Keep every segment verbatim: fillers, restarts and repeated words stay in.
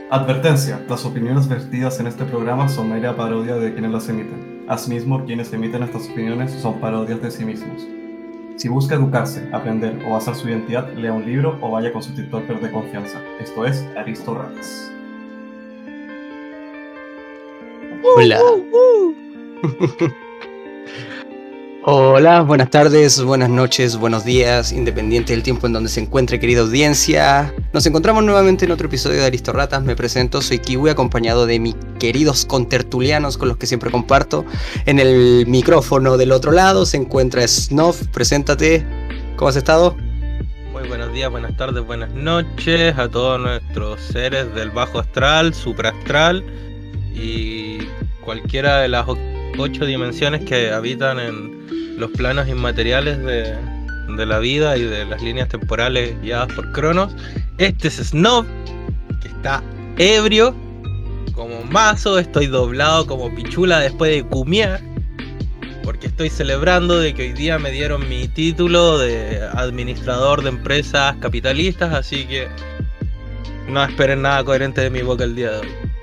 Advertencia: las opiniones vertidas en este programa son mera parodia de quienes las emiten. Asimismo, quienes emiten estas opiniones son parodias de sí mismos. Si busca educarse, aprender o basar su identidad, lea un libro o vaya con su TikToker de confianza. Esto es Aristo Ratas. Hola. Hola, buenas tardes, buenas noches, buenos días, independiente del tiempo en donde se encuentre, querida audiencia. Nos encontramos nuevamente en otro episodio de Aristo Ratas. Me presento, soy Kiwi, acompañado de mis queridos contertulianos con los que siempre comparto. En el micrófono del otro lado se encuentra Snuff. Preséntate, ¿cómo has estado? Muy buenos días, buenas tardes, buenas noches a todos nuestros seres del bajo astral, supraastral y cualquiera de las ocho dimensiones que habitan en los planos inmateriales de, de la vida y de las líneas temporales guiadas por Cronos. Este es Snob, que está ebrio como un mazo. Estoy doblado como pichula después de cumiar, porque estoy celebrando de que hoy día me dieron mi título de administrador de empresas capitalistas, así que no esperen nada coherente de mi boca el día de hoy.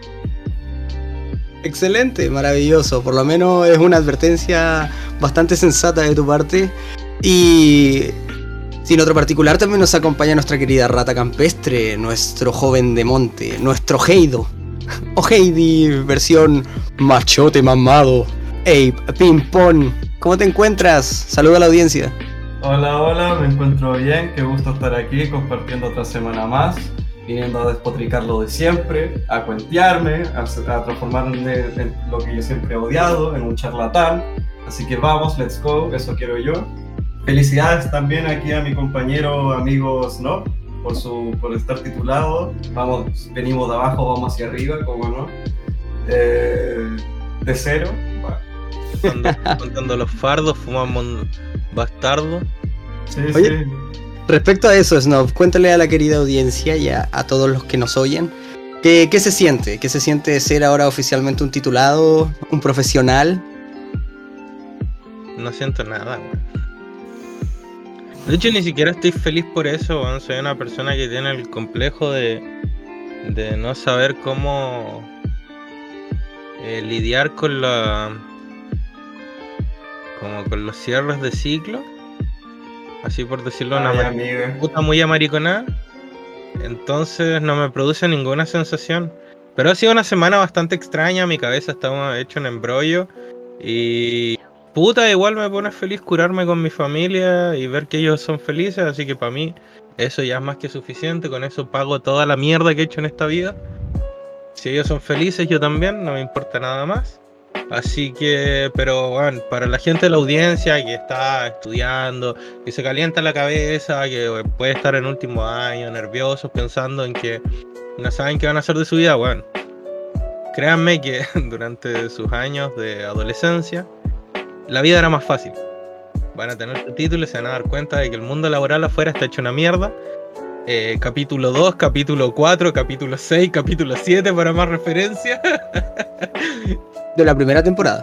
Excelente, maravilloso. Por lo menos es una advertencia bastante sensata de tu parte. Y sin otro particular también nos acompaña nuestra querida rata campestre, nuestro joven de monte, nuestro Heido. O Heidi, versión machote mamado. Hey, ping pong, ¿cómo te encuentras? Saluda a la audiencia. Hola, hola, me encuentro bien. Qué gusto estar aquí compartiendo otra semana más. Viniendo a despotricar lo de siempre, a cuentearme, a, a transformarme en lo que yo siempre he odiado, en un charlatán. Así que vamos, let's go, eso quiero yo. Felicidades también aquí a mi compañero, amigo Snob, por, su, por estar titulado. Vamos, venimos de abajo, vamos hacia arriba, ¿cómo no? Eh, de cero. Contando, contando los fardos, fumamos bastardo. Sí, Oye, sí. Respecto a eso, Snob, cuéntale a la querida audiencia y a, a todos los que nos oyen, ¿qué, qué se siente? ¿Qué se siente ser ahora oficialmente un titulado, un profesional? No siento nada, güey. De hecho, ni siquiera estoy feliz por eso, güey. Soy una persona que tiene el complejo de, de no saber cómo eh, lidiar con la... como con los cierres de ciclo. Así por decirlo, una mar- puta muy amariconada. Entonces no me produce ninguna sensación. Pero ha sido una semana bastante extraña. Mi cabeza estaba hecho un embrollo. Y puta, igual me pone feliz curarme con mi familia y ver que ellos son felices. Así que para mí eso ya es más que suficiente. Con eso pago toda la mierda que he hecho en esta vida. Si ellos son felices, yo también. No me importa nada más. Así que, pero bueno, para la gente de la audiencia que está estudiando, que se calienta la cabeza, que puede estar en último año, nerviosos, pensando en que no saben qué van a hacer de su vida, bueno, créanme que durante sus años de adolescencia, la vida era más fácil. Van a tener su título y se van a dar cuenta de que el mundo laboral afuera está hecho una mierda. Eh, capítulo dos, capítulo cuatro, capítulo seis, capítulo siete para más referencia. De la primera temporada.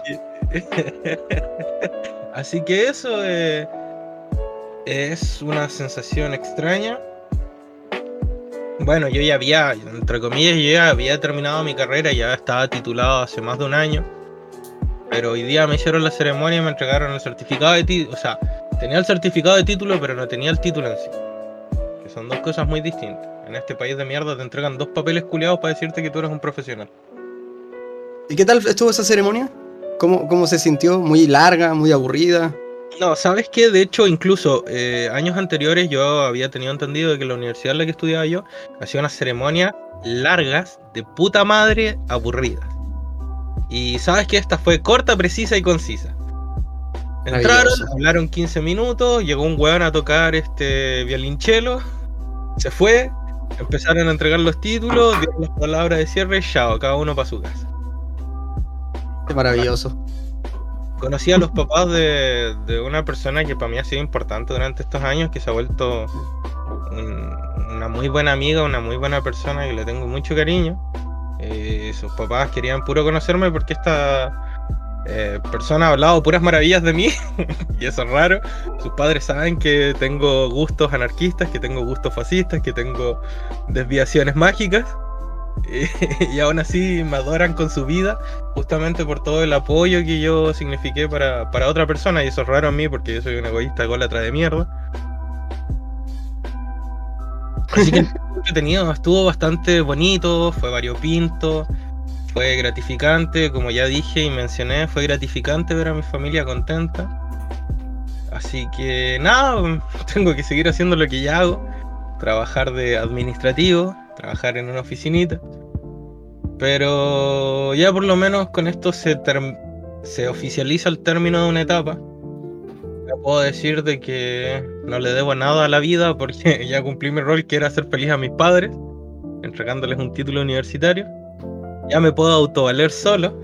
Así que eso eh, es una sensación extraña. Bueno, yo ya había, entre comillas, yo ya había terminado mi carrera, ya estaba titulado hace más de un año. Pero hoy día me hicieron la ceremonia y me entregaron el certificado de título. O sea, tenía el certificado de título, pero no tenía el título en sí. Que son dos cosas muy distintas. En este país de mierda te entregan dos papeles culiados para decirte que tú eres un profesional. ¿Y qué tal estuvo esa ceremonia? ¿Cómo, cómo se sintió? ¿Muy larga? ¿Muy aburrida? No, ¿sabes qué? De hecho, incluso eh, años anteriores yo había tenido entendido de que la universidad en la que estudiaba yo hacía unas ceremonias largas, de puta madre, aburridas. Y ¿sabes qué? Esta fue corta, precisa y concisa. Entraron, hablaron quince minutos, llegó un weón a tocar este violonchelo, se fue, empezaron a entregar los títulos, dieron las palabras de cierre y chao, cada uno para su casa. Qué maravilloso. Conocí a los papás de, de una persona que para mí ha sido importante durante estos años, que se ha vuelto un, una muy buena amiga, una muy buena persona que le tengo mucho cariño. Eh, sus papás querían puro conocerme porque esta eh, persona ha hablado puras maravillas de mí y eso es raro. Sus padres saben que tengo gustos anarquistas, que tengo gustos fascistas, que tengo desviaciones mágicas. y, y aún así me adoran con su vida, justamente por todo el apoyo que yo signifiqué para, para otra persona, y eso es raro en mí porque yo soy un egoísta ególatra de mierda. Así que entretenido, estuvo bastante bonito, fue variopinto, fue gratificante, como ya dije y mencioné, fue gratificante ver a mi familia contenta. Así que nada, tengo que seguir haciendo lo que ya hago, trabajar de administrativo, trabajar en una oficinita. Pero ya por lo menos con esto se, term- se oficializa el término de una etapa. Ya puedo decir de que no le debo nada a la vida porque ya cumplí mi rol, que era hacer feliz a mis padres, entregándoles un título universitario. Ya me puedo autovaler solo.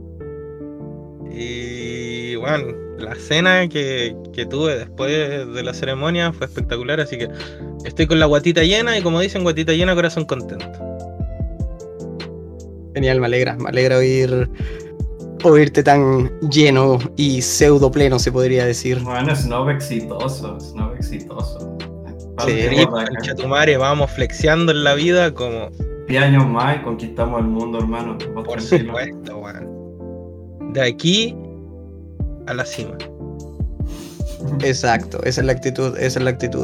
Y bueno, la cena que, que tuve después de la ceremonia fue espectacular, así que estoy con la guatita llena y, como dicen, guatita llena, corazón contento. Genial, me alegra, me alegra oír oírte tan lleno y pseudo pleno, se podría decir. Bueno, Snob exitoso, Snob exitoso. Sí, concha tu madre, vamos flexiando en la vida como diez años más y conquistamos el mundo, hermano. Por supuesto, weón. De aquí a la cima. Exacto, esa es la actitud, esa es la actitud.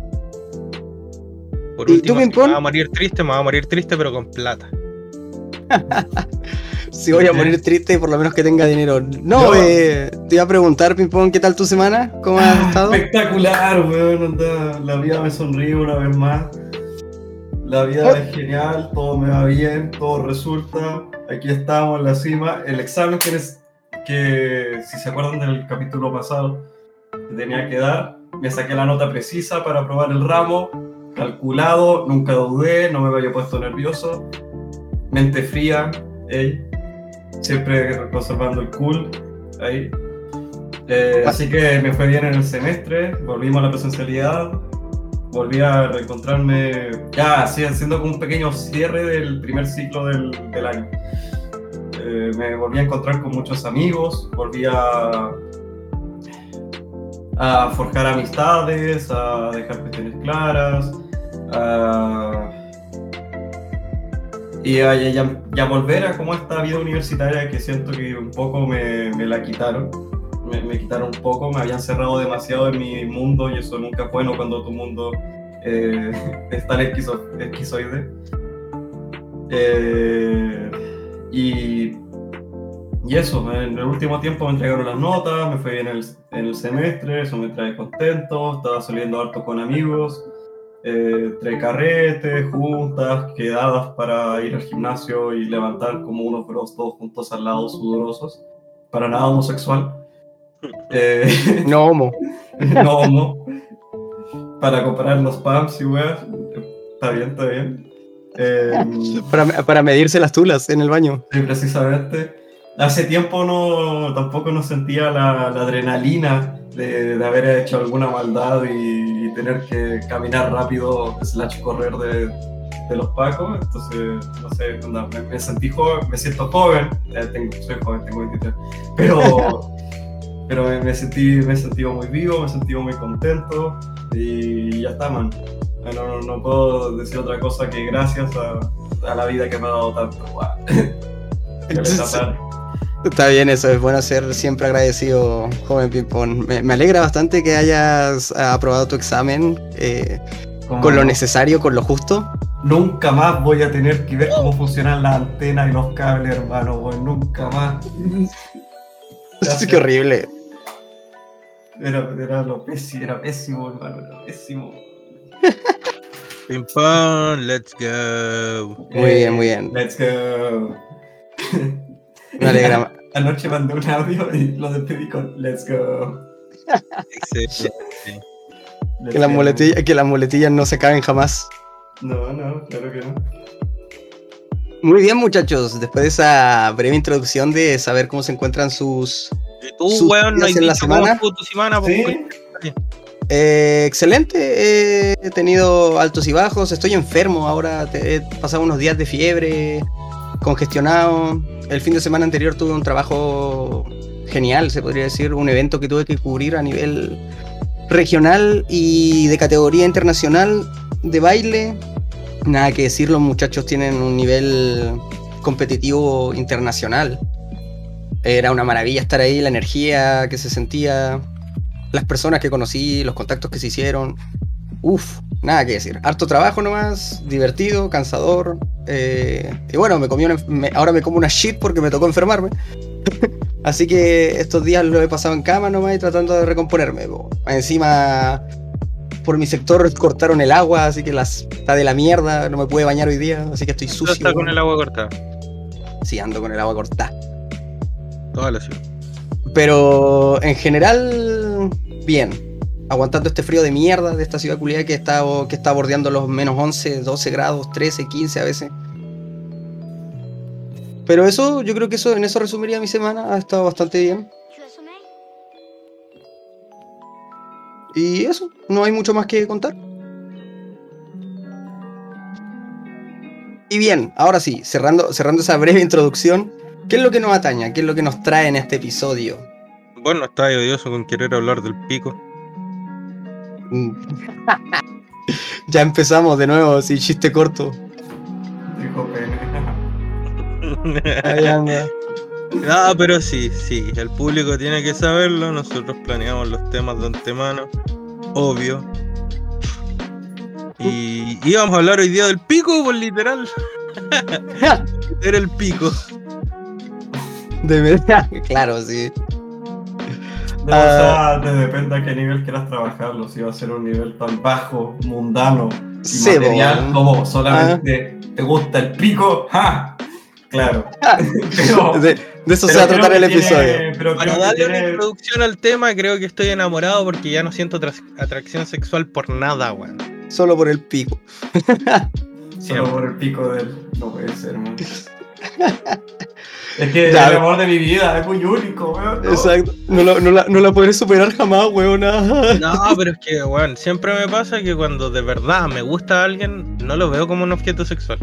Por último, si me va a morir triste, me va a morir triste, pero con plata. Si voy a morir triste, por lo menos que tenga dinero. No, no. Eh, te iba a preguntar, Pimpón, ¿qué tal tu semana? ¿Cómo has ah, estado? Espectacular, weón. La vida me sonríe una vez más. La vida oh. es genial, todo me va bien, todo resulta. Aquí estamos en la cima. El examen que, les, que si se acuerdan del capítulo pasado, que tenía que dar, me saqué la nota precisa para aprobar el ramo, calculado, nunca dudé, no me había puesto nervioso. Mente fría, ey, siempre conservando el cool, ahí. Eh, así que me fue bien en el semestre, volvimos a la presencialidad, volví a reencontrarme, ya, así haciendo como un pequeño cierre del primer ciclo del, del año. Eh, me volví a encontrar con muchos amigos, volví a, a forjar amistades, a dejar cuestiones claras, a... Y a, ya, ya volver a como esta vida universitaria que siento que un poco me, me la quitaron, me, me quitaron un poco, me habían cerrado demasiado en mi mundo y eso nunca es bueno cuando tu mundo eh, es tan esquizo, esquizoide. Eh, y, y eso, en el último tiempo me entregaron las notas, me fue bien en el, en el semestre, eso me trae contento, estaba saliendo harto con amigos. Eh, entre carretes, juntas, quedadas para ir al gimnasio y levantar como unos bros todos juntos al lado, sudorosos. Para nada homosexual. Eh, no homo. no homo. Para comparar los pumps y weas. Está bien, está bien. Eh, para, para medirse las tulas en el baño. Sí, precisamente. Hace tiempo no, tampoco no sentía la, la adrenalina de, de haber hecho alguna maldad y, y tener que caminar rápido slash correr de, de los pacos. Entonces, no sé, onda, me, me sentí joven, me siento joven, eh, tengo, soy joven, tengo veintitrés, pero, pero me, me, sentí, me he sentido muy vivo, me he sentido muy contento y ya está, man. No, no, no puedo decir otra cosa que gracias a, a la vida que me ha dado tanto. Está bien, eso es bueno ser siempre agradecido, joven Pimpón. Me, me alegra bastante que hayas aprobado tu examen eh, con lo necesario, con lo justo. Nunca más voy a tener que ver cómo funcionan las antenas y los cables, hermano, güey. Nunca más. Es que horrible. Era, era, lo pésimo, era pésimo, hermano, era pésimo. Pimpón, let's go. Muy eh, bien, muy bien. Let's go. Me alegra. Anoche mandé un audio y lo despedí con let's go. Excelente. Que las muletillas, que las muletillas no se caben jamás. No, no, claro que no. Muy bien, muchachos. Después de esa breve introducción de saber cómo se encuentran sus. ¿Y tú, sus weón, no hay en la semana? Tu semana ¿Sí? Eh, excelente. He tenido altos y bajos. Estoy enfermo ahora. He pasado unos días de fiebre, congestionado. El fin de semana anterior tuve un trabajo genial, se podría decir, un evento que tuve que cubrir a nivel regional y de categoría internacional de baile, Nada que decir, los muchachos tienen un nivel competitivo internacional. Era una maravilla estar ahí, la energía que se sentía, las personas que conocí, los contactos que se hicieron. Uf, nada que decir. Harto trabajo nomás, divertido, cansador. Eh, y bueno, me comí una, me, ahora me como una shit porque me tocó enfermarme. Así que estos días lo he pasado en cama nomás y tratando de recomponerme. Po. Encima, por mi sector cortaron el agua, así que las, está de la mierda, no me pude bañar hoy día, así que estoy sucio. ¿Estás con el agua cortada? Sí, ando con el agua cortada. Toda la ciudad. Pero en general, bien. Aguantando este frío de mierda de esta ciudad culiada que está, que está bordeando los menos once, doce grados, trece, quince a veces. Pero eso, yo creo que eso en eso resumiría mi semana. Ha estado bastante bien. Y eso, no hay mucho más que contar. Y bien, ahora sí, cerrando, cerrando esa breve introducción, ¿qué es lo que nos ataña? ¿Qué es lo que nos trae en este episodio? Bueno, estaba odioso con querer hablar del pico. Ya empezamos de nuevo, sí, chiste corto. Dijo pene. Ahí anda. Ah, pero sí, sí, el público tiene que saberlo. Nosotros planeamos los temas de antemano, obvio. Y íbamos a hablar hoy día del pico, pues literal. Era el pico. De verdad, claro, sí. De uh, o sea, depende a qué nivel quieras trabajarlo. Si va a ser un nivel tan bajo, mundano y sí, material bueno. como solamente uh. te gusta el pico, ¡ja! Claro. Pero, de, de eso se va a tratar el episodio. Tiene, pero Para darle tiene... una introducción al tema, creo que estoy enamorado porque ya no siento atracción sexual por nada, weón. Solo por el pico. Solo por el pico de él. No puede ser, man. Es que ya, el amor de mi vida es muy único, weón. ¿No? Exacto. No la, no, la, no la podré superar jamás, weón. No, pero es que, weón, siempre me pasa que cuando de verdad me gusta a alguien, no lo veo como un objeto sexual.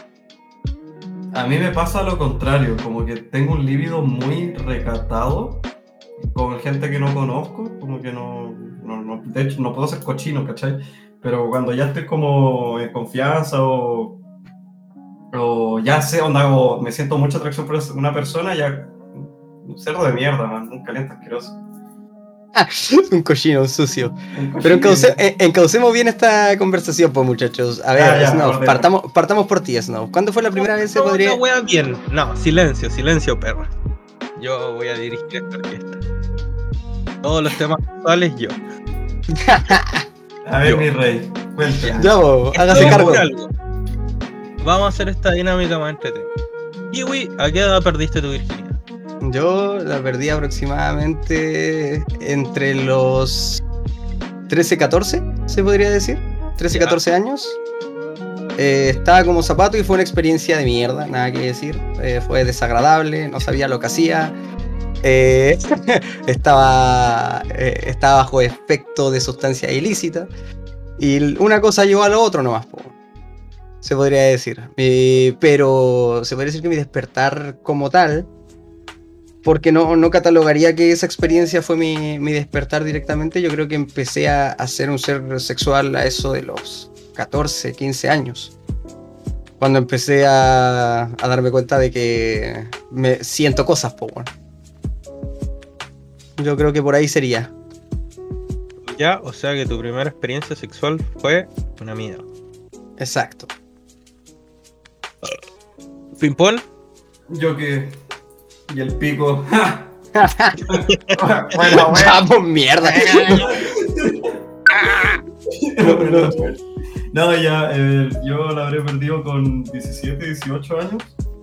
A mí me pasa lo contrario, como que tengo un líbido muy recatado con gente que no conozco, como que no, no, no de hecho no puedo ser cochino, ¿cachai? Pero cuando ya estoy como en confianza o o ya sé, onda, o me siento mucha atracción por una persona, ya un cerdo de mierda, man, un caliente asqueroso. Un cochino, un sucio. Un Pero encauce, en, encaucemos bien esta conversación, pues, muchachos. A ver, ah, ya, Snow, partamos, partamos por ti, Snow. ¿Cuándo fue la primera no, vez que podría...? No, wea, bien. No, silencio, silencio, perra. Yo voy a dirigir esta orquesta. Todos los temas sexuales, yo. A ver, yo. Mi rey, cuéntame. Ya, vos, hágase cargo. Vamos a hacer esta dinámica más entretenida. Kiwi, ¿a qué edad perdiste tu virginidad? Yo la perdí aproximadamente entre los trece, catorce, se podría decir. trece, ya. catorce años. Eh, estaba como zapato y fue una experiencia de mierda, nada que decir. Eh, fue desagradable, no sabía lo que hacía. Eh, estaba, eh, estaba bajo efecto de sustancia ilícita. Y una cosa llevó a lo otro nomás, po. Se podría decir, eh, pero se podría decir que mi despertar como tal, porque no, no catalogaría que esa experiencia fue mi, mi despertar directamente. Yo creo que empecé a, a ser un ser sexual a eso de los catorce, quince años, cuando empecé a, a darme cuenta de que me siento cosas, po, bueno. Yo creo que por ahí sería. Ya, o sea que tu primera experiencia sexual fue una mierda. Exacto. ¿Pimpón? Yo que... Y el pico... bueno, bueno. Vamos, mierda. no, no, no, ya, eh, yo la habré perdido con diecisiete, dieciocho años.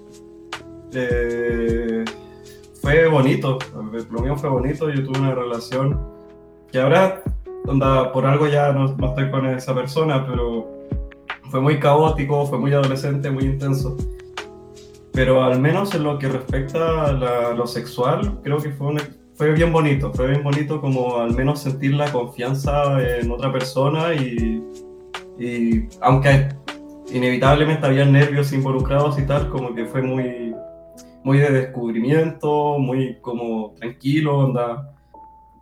Eh, fue bonito, lo mío fue bonito. Yo tuve una relación que ahora, onda, por algo ya no, no estoy con esa persona, pero... Fue muy caótico, fue muy adolescente, muy intenso. Pero al menos en lo que respecta a la, lo sexual, creo que fue, una, fue bien bonito. Fue bien bonito como al menos sentir la confianza en otra persona y, y aunque inevitablemente había nervios involucrados y tal, como que fue muy, muy de descubrimiento, muy como tranquilo, onda.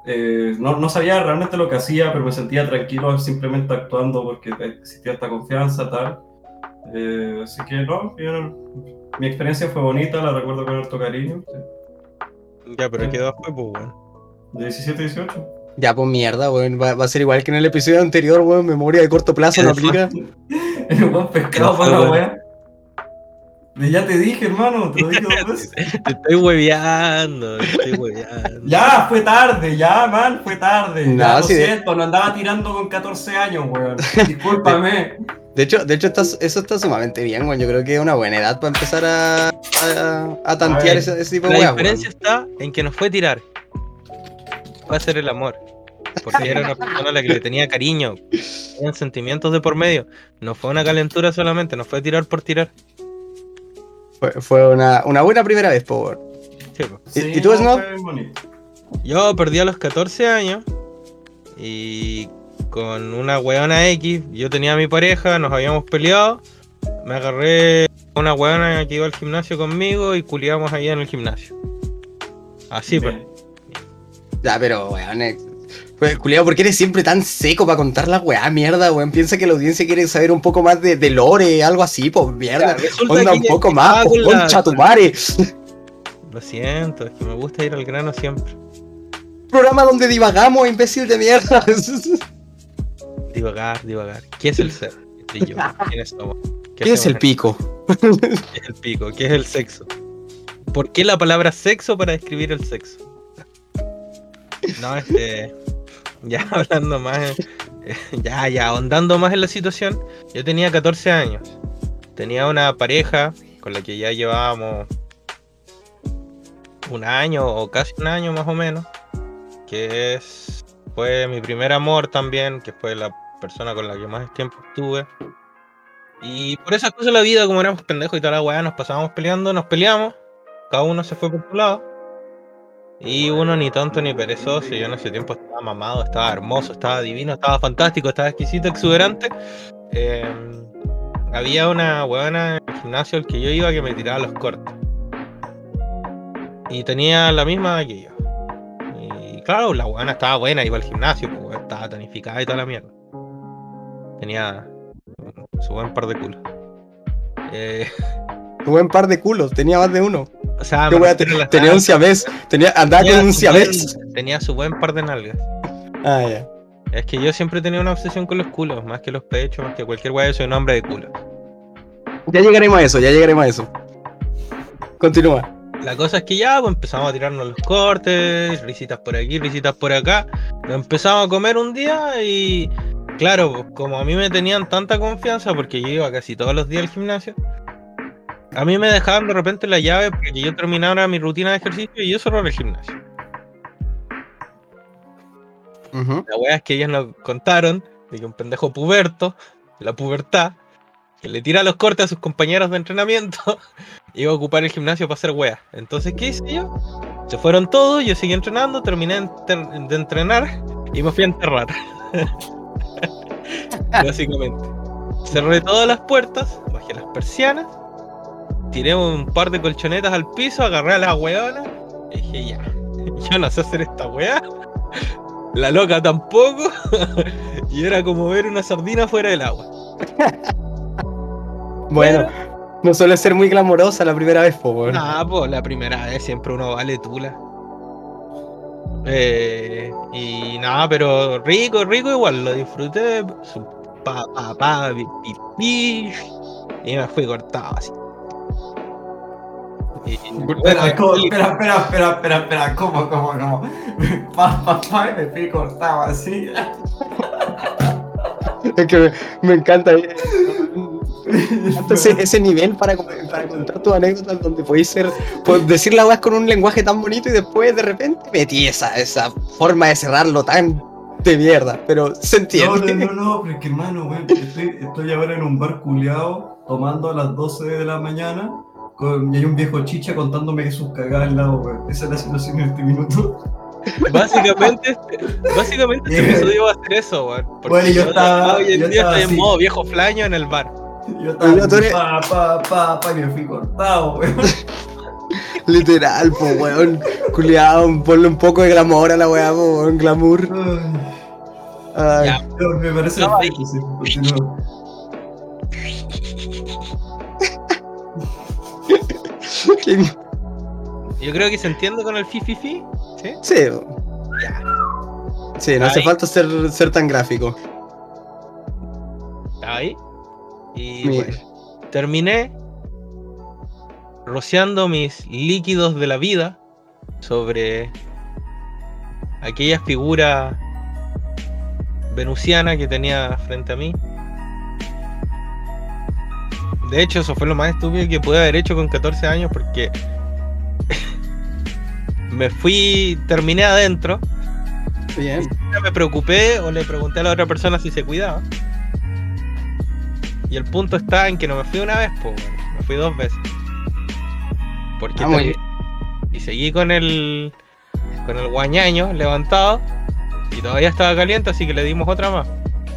eh, no, no sabía realmente lo que hacía, pero me sentía tranquilo simplemente actuando porque existía esta confianza, tal. Eh, así que no, yo, mi experiencia fue bonita, la recuerdo con harto cariño. Sí. Ya, pero ¿qué edad fue, pues, weón? De diecisiete a dieciocho. Ya, pues mierda, weón. Va, va a ser igual que en el episodio anterior, weón. Memoria de corto plazo no aplica. El buen pescado para la weá. Ya te dije, hermano, te lo dije dos veces. Te estoy hueveando, te estoy hueveando. Ya, fue tarde, ya, man, fue tarde. No, ya, lo sí, siento, de... no andaba tirando con catorce años, weón. Discúlpame. De hecho, de hecho está, eso está sumamente bien, weón. Yo creo que es una buena edad para empezar a, a, a tantear a ese, ese tipo de weón. La weón, diferencia weón. Está en que nos fue tirar. Fue a hacer el amor. Porque era una persona a la que le tenía cariño. Tenían sentimientos de por medio. No fue una calentura solamente, no fue tirar por tirar. Fue, fue una, una buena primera vez, po, weón. Sí, po. ¿Y, sí, ¿Y tú, Snob? Yo perdí a los catorce años. Y con una weona X, yo tenía a mi pareja, nos habíamos peleado. Me agarré a una weona que iba al gimnasio conmigo y culiamos ahí en el gimnasio. Así, pues. Ya, pero, weón, eh, pues, culiado, ¿por qué eres siempre tan seco para contar la weá? Mierda, weón. Piensa que la audiencia quiere saber un poco más de, de lore, algo así, pues, mierda. Ya, onda un poco más, pues, concha tu madre. Lo siento, es que me gusta ir al grano siempre. Programa donde divagamos, imbécil de mierda. Divagar, divagar. ¿Qué es el ser? ¿Qué yo? ¿Quiénes somos? ¿Qué, ¿Qué es el pico? ¿Qué es el pico? ¿Qué es el sexo? ¿Por qué la palabra sexo para describir el sexo? No, este... Ya hablando más... Eh, ya, ya, ahondando más en la situación. Yo tenía catorce años. Tenía una pareja con la que ya llevábamos un año o casi un año más o menos. Que es... Fue mi primer amor también, que fue la persona con la que más tiempo estuve. Y por esas cosas de la vida, como éramos pendejos y toda la weá, nos pasábamos peleando, nos peleamos. Cada uno se fue por su lado. Y uno ni tonto ni perezoso. Yo en ese tiempo estaba mamado, estaba hermoso, estaba divino, estaba fantástico, estaba exquisito, exuberante. Eh, había una weona en el gimnasio al que yo iba que me tiraba los cortes. Y tenía la misma edad que yo. Y claro, la weona estaba buena, iba al gimnasio, pues, estaba tonificada y toda la mierda. Tenía su buen par de culos. Eh... Su buen par de culos, tenía más de uno. O sea, wea, te, tenía un siamés, tenía, andaba tenía con un siamés. Buen, tenía su buen par de nalgas. Ah, ya. Yeah. Es que yo siempre tenía una obsesión con los culos, más que los pechos, más que cualquier weá, yo soy un hombre de culo. Ya llegaremos a eso, ya llegaremos a eso. Continúa. La cosa es que ya pues, empezamos a tirarnos los cortes, risitas por aquí, risitas por acá. Nos empezamos a comer un día y... Claro, pues, como a mí me tenían tanta confianza, porque yo iba casi todos los días al gimnasio, a mí me dejaban de repente la llave porque yo terminara mi rutina de ejercicio y yo cerraba el gimnasio. Uh-huh. La wea es que ellos nos contaron de que un pendejo puberto, la pubertad, que le tira los cortes a sus compañeros de entrenamiento, iba a ocupar el gimnasio para hacer weas. Entonces, ¿qué hice yo? Se fueron todos, yo seguí entrenando, terminé de entrenar y me fui a enterrar. Básicamente. Cerré todas las puertas, bajé las persianas, tiré un par de colchonetas al piso, agarré a la weona y dije ya, yo no sé hacer esta wea, la loca tampoco, y era como ver una sardina fuera del agua. Bueno, no suele ser muy glamorosa la primera vez, po, weón. Ah, pues la primera vez siempre uno vale tula. Eh, y nada, pero rico, rico igual, lo disfruté, su pa, pa, pa, pi, pi, pi, y me fui cortado así. Y, espera, ¿cómo? espera, espera, espera, espera, espera, ¿cómo, cómo, cómo? Pa, pa, pa, me fui cortado así. Es que me, me encanta. Entonces, ese nivel para, para contar tus anécdotas donde podéis ser, pues, decir la weá con un lenguaje tan bonito y después de repente metí esa, esa forma de cerrarlo tan de mierda, pero se entiende. No, no, no, no, pero es que hermano, weón, estoy, estoy ahora en un bar culeado tomando a las doce de la mañana con, y hay un viejo chicha contándome sus cagadas al lado, weón. Esa es la situación en este minuto. Básicamente, básicamente este episodio va a ser eso, weón. Bueno, yo estaba. Hoy en yo día estaba estoy en modo viejo flaño en el bar. Yo estaba. Pa, pa, pa, pa, y me fui cortado, weón. Literal, po, weón. Culeado, ponle un poco de glamour a la weá, po, weón, glamour. Ay. Ya, me parece no, fake, sí, continúa. Yo creo que se entiende con el fififi, ¿sí? Sí. Ya. Sí, no ahí. Hace falta ser, ser tan gráfico. Ahí. Y bueno, terminé rociando mis líquidos de la vida sobre aquella figura venusiana que tenía frente a mí. De hecho, eso fue lo más estúpido que pude haber hecho con catorce años, porque me fui, terminé adentro. Bien. Me preocupé o le pregunté a la otra persona si se cuidaba. Y el punto está en que no me fui una vez, pues, me fui dos veces. Porque ah, también, y seguí con el con el guañaño levantado y todavía estaba caliente, así que le dimos otra más.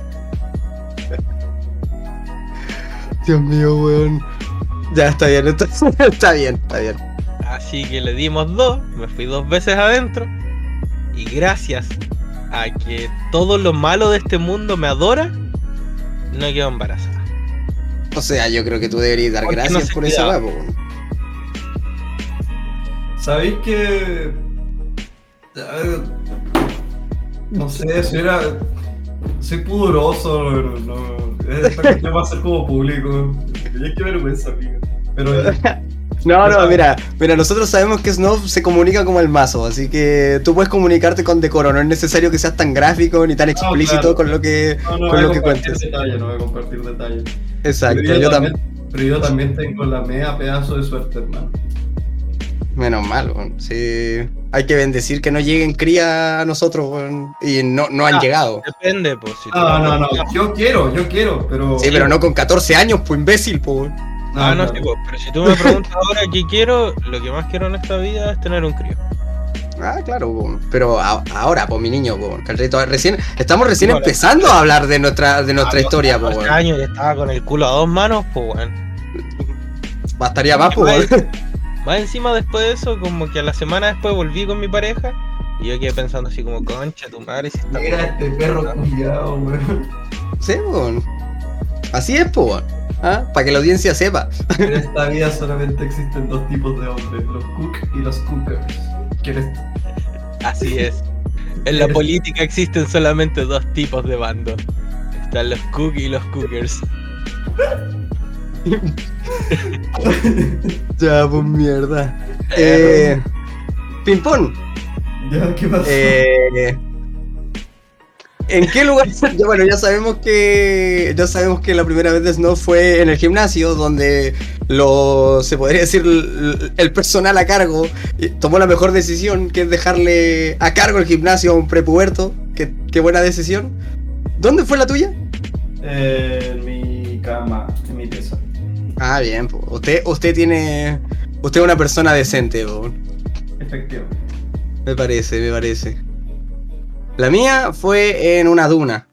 Dios mío, weón. Ya está bien, está, está bien, está bien. Así que le dimos dos, me fui dos veces adentro. Y gracias a que todo lo malo de este mundo me adora, no quedo embarazada. O sea, yo creo que tú deberías dar porque gracias no por esa weá, weón. ¿Sabéis que...? No sé, si era... Soy pudoroso, no, no, esta cuestión va a ser como público. Ya qué vergüenza, amigo. Pero... No, no, mira, mira, nosotros sabemos que Snob se comunica como el mazo, así que tú puedes comunicarte con decoro, no es necesario que seas tan gráfico ni tan explícito no, claro. con lo que, no, no con lo que cuentes. Detalle, no voy a compartir detalles. Exacto, pero yo, yo también, también. Pero yo también tengo la media pedazo de suerte, hermano. Menos mal, bueno, sí. Hay que bendecir que no lleguen cría a nosotros, bueno, y no, no han ah, llegado. Depende, pues. Si no, no, no, no, yo quiero, yo quiero, pero... Sí, pero no con catorce años, pues imbécil, pues. No, ah, no, no, sí, pues, pero si tú me preguntas ahora qué quiero, lo que más quiero en esta vida es tener un crío. Ah, claro, po. Pero a, ahora, pues mi niño, po, Calderito, recién, estamos recién bueno, empezando a hablar de nuestra, de nuestra historia, pues. Hace años ya estaba con el culo a dos manos, pues, weón. Bastaría más, pues, weón. Más encima después de eso, como que a la semana después volví con mi pareja y yo quedé pensando así como, concha, tu madre, si está... Mira este perro cuidado, weón. Sí, weón. Así es, pues, weón. ¿Ah? Para que la audiencia sepa. En esta vida solamente existen dos tipos de hombres, los cook y los cookers. ¿Quién es? Así es. En la política existen solamente dos tipos de bandos. Están los cook y los cookers. Ya, pues mierda. Eh, Ping-pong. Ya, ¿qué pasó? Eh, ¿En qué lugar? Ya, bueno, ya sabemos que ya sabemos que la primera vez de Snow fue en el gimnasio, donde lo se podría decir el, el personal a cargo tomó la mejor decisión, que es dejarle a cargo el gimnasio a un prepuberto. Qué, qué buena decisión. ¿Dónde fue la tuya? Eh, en mi cama, en mi pieza. Ah, bien, pues. Usted, usted tiene, usted es una persona decente, po. Efectivamente. Me parece, me parece. La mía fue en una duna.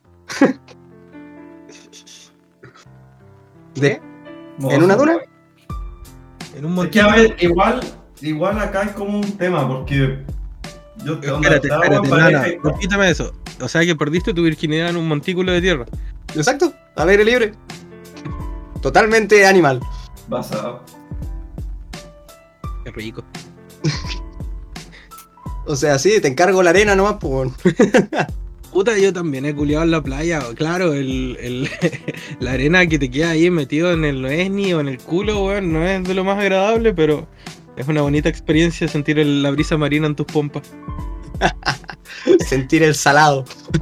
¿De? ¿En una duna? En un montón. Es que a ver, igual, igual acá es como un tema, porque yo te Espérate, espérate, nada, repítame eso. O sea que perdiste tu virginidad en un montículo de tierra. Exacto, al aire libre. Totalmente animal. Basado. Qué rico. O sea, sí, te encargo la arena nomás, pues. Puta, yo también he culiado en la playa. Claro, el, el, la arena que te queda ahí metido en el noesni o en el culo, weón, no es de lo más agradable, pero es una bonita experiencia sentir el, la brisa marina en tus pompas. Sentir el salado.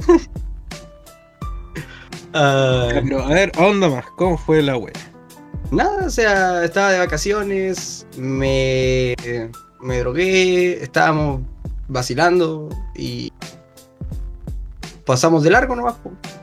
uh... Pero a ver, onda más, ¿cómo fue la wea? Nada, o sea, estaba de vacaciones, me, me drogué, estábamos vacilando y pasamos de largo nomás.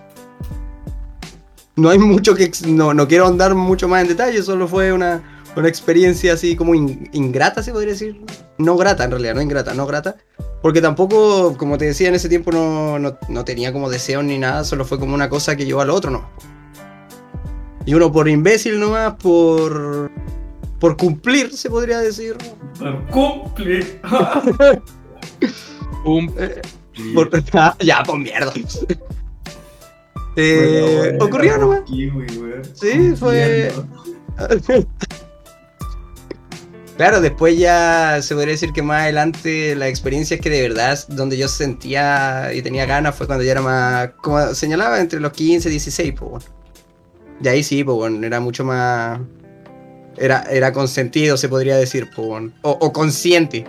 No hay mucho que... No, no quiero andar mucho más en detalle, solo fue una, una experiencia así como in, ingrata, se podría decir. No grata, en realidad, no ingrata, no grata. Porque tampoco, como te decía, en ese tiempo no, no, no tenía como deseos ni nada, solo fue como una cosa que llevó al otro, ¿no? Y uno por imbécil nomás, por... por cumplir, se podría decir. Por cumplir. um, eh, por, ah, ya, por mierda. Eh, bueno, bueno, ocurrió nomás. Kiwi, sí, fue. Claro, después ya se podría decir que más adelante la experiencia es que de verdad donde yo sentía y tenía ganas fue cuando ya era más, como señalaba, entre los quince y dieciséis, pues bueno. Y ahí sí, pues bueno, era mucho más, era, era consentido, se podría decir, pues bueno, o, o consciente.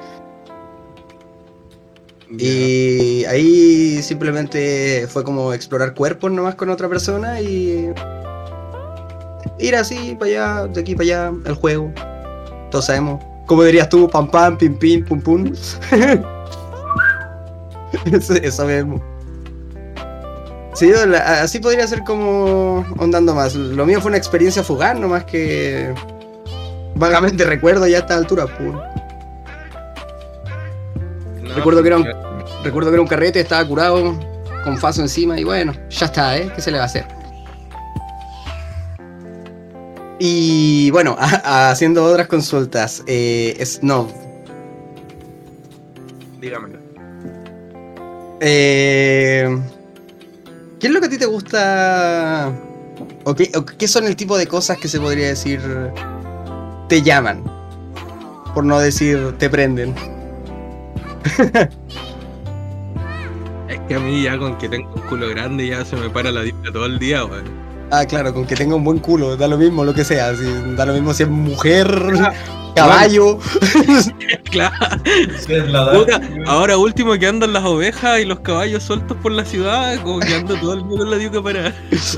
Yeah. Y ahí simplemente fue como explorar cuerpos nomás con otra persona y ir así para allá, de aquí para allá, el juego. Todos sabemos. ¿Cómo dirías tú? Pam pam, pim pim, pum pum. eso, eso mismo. Sí, la, así podría ser como ondando más. Lo mío fue una experiencia fugaz, nomás que vagamente recuerdo ya a esta altura. Pues. No, recuerdo, que era un, recuerdo que era un carrete, estaba curado, con faso encima y bueno, ya está, ¿eh? ¿Qué se le va a hacer? Y bueno, a, a, haciendo otras consultas, eh, Snow. Dígamelo. Eh, ¿Qué es lo que a ti te gusta? ¿O qué, o qué son el tipo de cosas que se podría decir te llaman? Por no decir te prenden. Es que a mí ya con que tengo un culo grande ya se me para la dieta todo el día, weón. Ah, claro, con que tenga un buen culo, da lo mismo lo que sea, si, da lo mismo si es mujer, claro. Caballo. Claro. Sí, es la Puta, ahora último que andan las ovejas y los caballos sueltos por la ciudad, como que anda todo el mundo con la diuca para.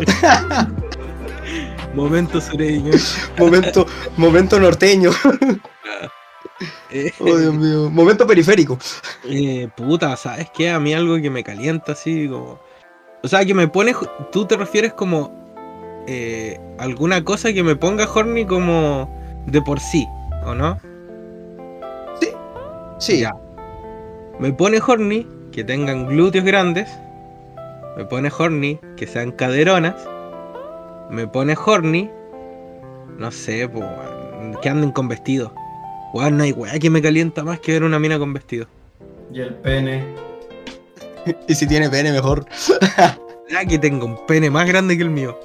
Momento sureño. Momento, momento norteño. Eh, oh, Dios mío. Momento periférico. Eh, puta, ¿sabes qué? A mí algo que me calienta así como. O sea, que me pone. Tú te refieres como. Eh, alguna cosa que me ponga horny como de por sí, ¿o no? Sí, sí. Ya. Me pone horny que tengan glúteos grandes. Me pone horny que sean caderonas. Me pone horny, no sé, pues, que anden con vestido. Weón, no hay weá que me calienta más que ver una mina con vestido. Y el pene. Y si tiene pene, mejor. Ya que tengo un pene más grande que el mío.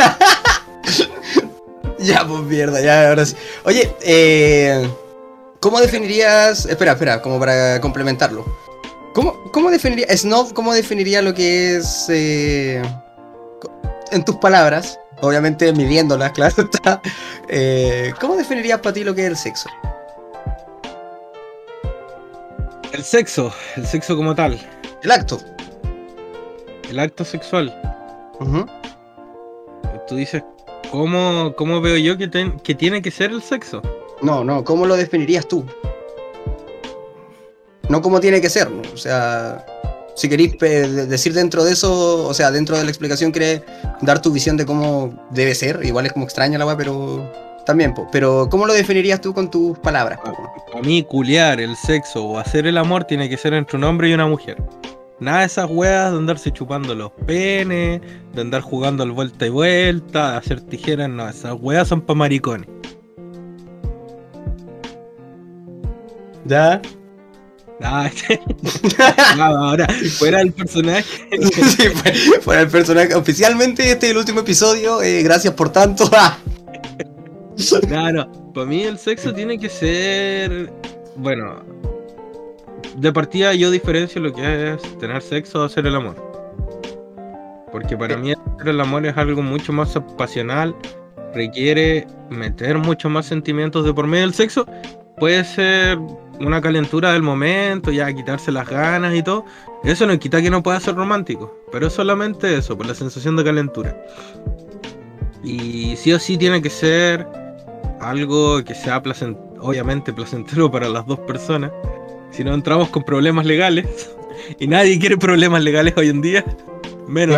Ya, pues mierda, ya, ahora sí. Oye, eh, ¿cómo definirías... Espera, espera, como para complementarlo. ¿Cómo, cómo definiría... Snob, ¿cómo definiría lo que es... Eh, en tus palabras, obviamente midiéndolas, claro está. Eh, ¿Cómo definirías para ti lo que es el sexo? El sexo, el sexo como tal. El acto. El acto sexual. Uh-huh. Tú dices, ¿cómo, cómo veo yo que, ten, que tiene que ser el sexo? No, no, ¿cómo lo definirías tú? No cómo tiene que ser, ¿no? O sea, si queréis decir dentro de eso, o sea, dentro de la explicación querés dar tu visión de cómo debe ser, igual es como extraña la weá, pero también, po. Pero ¿cómo lo definirías tú con tus palabras? A, a mí, culiar, el sexo o hacer el amor tiene que ser entre un hombre y una mujer. Nada de esas weas de andarse chupando los penes, de andar jugando al vuelta y vuelta, de hacer tijeras, no, esas weas son pa' maricones. ¿Ya? Ah, no, ahora, fuera el personaje. Sí, fuera el personaje. Oficialmente este es el último episodio, eh, gracias por tanto. No, no, para mí el sexo tiene que ser, bueno... De partida yo diferencio lo que es tener sexo o hacer el amor. Porque para mí hacer el amor es algo mucho más pasional, requiere meter mucho más sentimientos de por medio. Del sexo puede ser una calentura del momento, ya quitarse las ganas y todo. Eso no quita que no pueda ser romántico, pero es solamente eso, por la sensación de calentura. Y sí o sí tiene que ser algo que sea placent- obviamente placentero para las dos personas. Si no entramos con problemas legales, y nadie quiere problemas legales hoy en día, menos.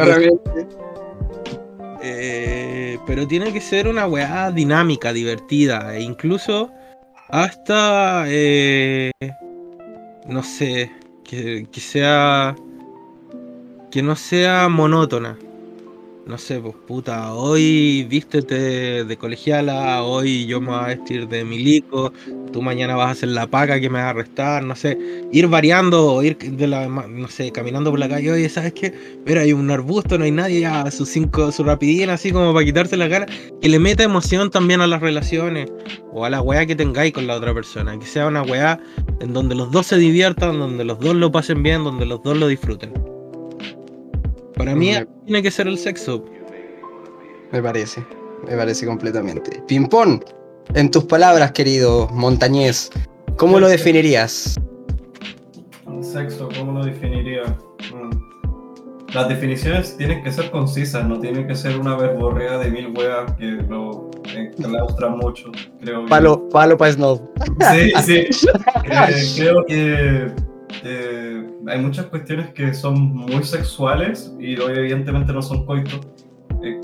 Eh, pero tiene que ser una weá dinámica, divertida, e incluso hasta, eh, no sé, que, que sea, que no sea monótona. no sé, pues puta, hoy vístete de colegiala, hoy yo me voy a vestir de milico, tú mañana vas a hacer la paca que me va a arrestar, no sé, ir variando, o ir de la, no sé, caminando por la calle, oye, ¿sabes qué? Mira, hay un arbusto, no hay nadie, ya, sus cinco, su rapidín, así como para quitarse la cara, que le meta emoción también a las relaciones, o a la weá que tengáis con la otra persona, que sea una weá en donde los dos se diviertan, donde los dos lo pasen bien, donde los dos lo disfruten. Para mí me... tiene que ser el sexo. Me parece, me parece completamente. Pimpón, en tus palabras, querido montañés, ¿cómo lo definirías? El sexo, ¿cómo lo definiría? Las definiciones tienen que ser concisas, no tienen que ser una verborrea de mil huevas que lo claustran mucho, creo. Palo, palo pa' snob. Sí, sí. eh, creo que eh, hay muchas cuestiones que son muy sexuales y evidentemente no son coitos. Eh,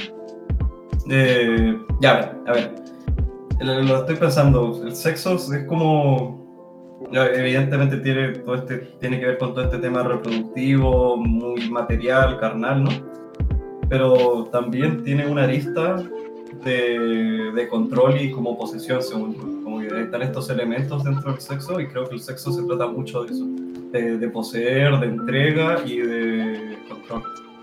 eh, ya, a ver, a ver. Lo, lo estoy pensando. El sexo es como... Evidentemente tiene, todo este, tiene que ver con todo este tema reproductivo, muy material, carnal, ¿no? Pero también tiene una arista de, de control y como posesión, según como que están estos elementos dentro del sexo, y creo que el sexo se trata mucho de eso, de, de poseer, de entrega y de control.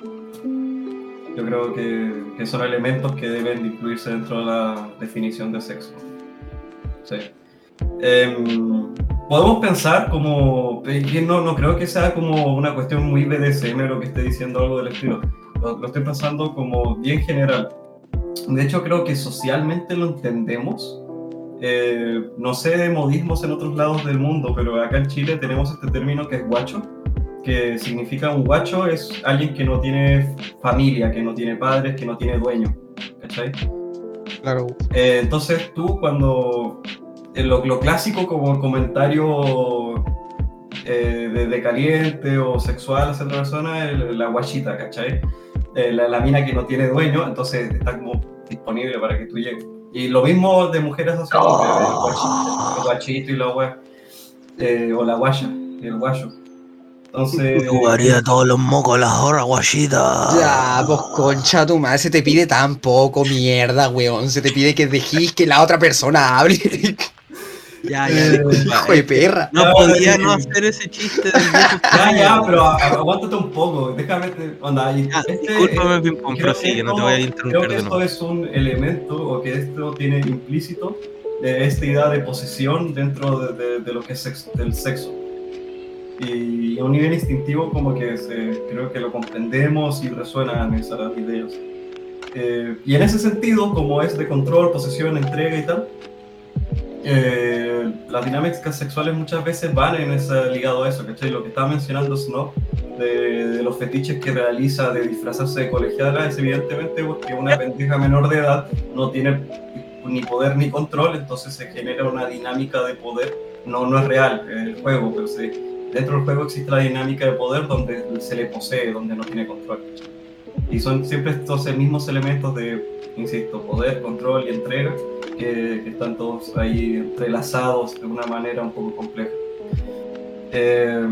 Yo creo que, que son elementos que deben incluirse dentro de la definición de sexo. Sí. Eh, podemos pensar como, no, no creo que sea como una cuestión muy B D S M lo que esté diciendo algo del estilo, lo, lo estoy pensando como bien general. De hecho creo que socialmente lo entendemos, eh, no sé de modismos en otros lados del mundo, pero acá en Chile tenemos este término que es guacho, que significa un guacho es alguien que no tiene familia, que no tiene padres, que no tiene dueño, ¿cachai? Claro. Eh, entonces tú cuando... Lo, lo clásico como el comentario eh, de, de caliente o sexual hacia otra persona es la guachita, ¿cachai? Eh, la, la mina que no tiene dueño, entonces está como disponible para que tú llegues. Y lo mismo de mujeres hacia hombres, el guachito, el guachito y la wea, eh, o la guaya, y el guayo. Entonces... Jugaría eh, todos los mocos las horas, guachita. Ya, pues concha tu madre, se te pide tan poco, mierda, weón. Se te pide que dejes que la otra persona hable. Ya, ya, disculpa. Hijo de perra. No ya, podía no hacer ese chiste del viejo. Ya, ya, pero aguántate un poco. Déjame, onda. Ya, este, discúlpame, eh, Pimpón, prosigue, no te voy a interrumpir. Creo que esto es un elemento, o que esto tiene implícito, de esta idea de posesión dentro de, de, de lo que es sex, del sexo. Y a un nivel instintivo como que se, creo que lo comprendemos y resuenan esas ideas. Eh, y en ese sentido, como es de control, posesión, entrega y tal, eh, las dinámicas sexuales muchas veces van en ese, ligado a eso, ¿cachai? Lo que estaba mencionando Snob, de, de los fetiches que realiza de disfrazarse de colegiala, es evidentemente porque una pendeja menor de edad no tiene ni poder ni control, entonces se genera una dinámica de poder, no, no es real el juego, pero se, dentro del juego existe la dinámica de poder donde se le posee, donde no tiene control. Y son siempre estos mismos elementos de, insisto, poder, control y entrega, que, que están todos ahí entrelazados de una manera un poco compleja. Eh,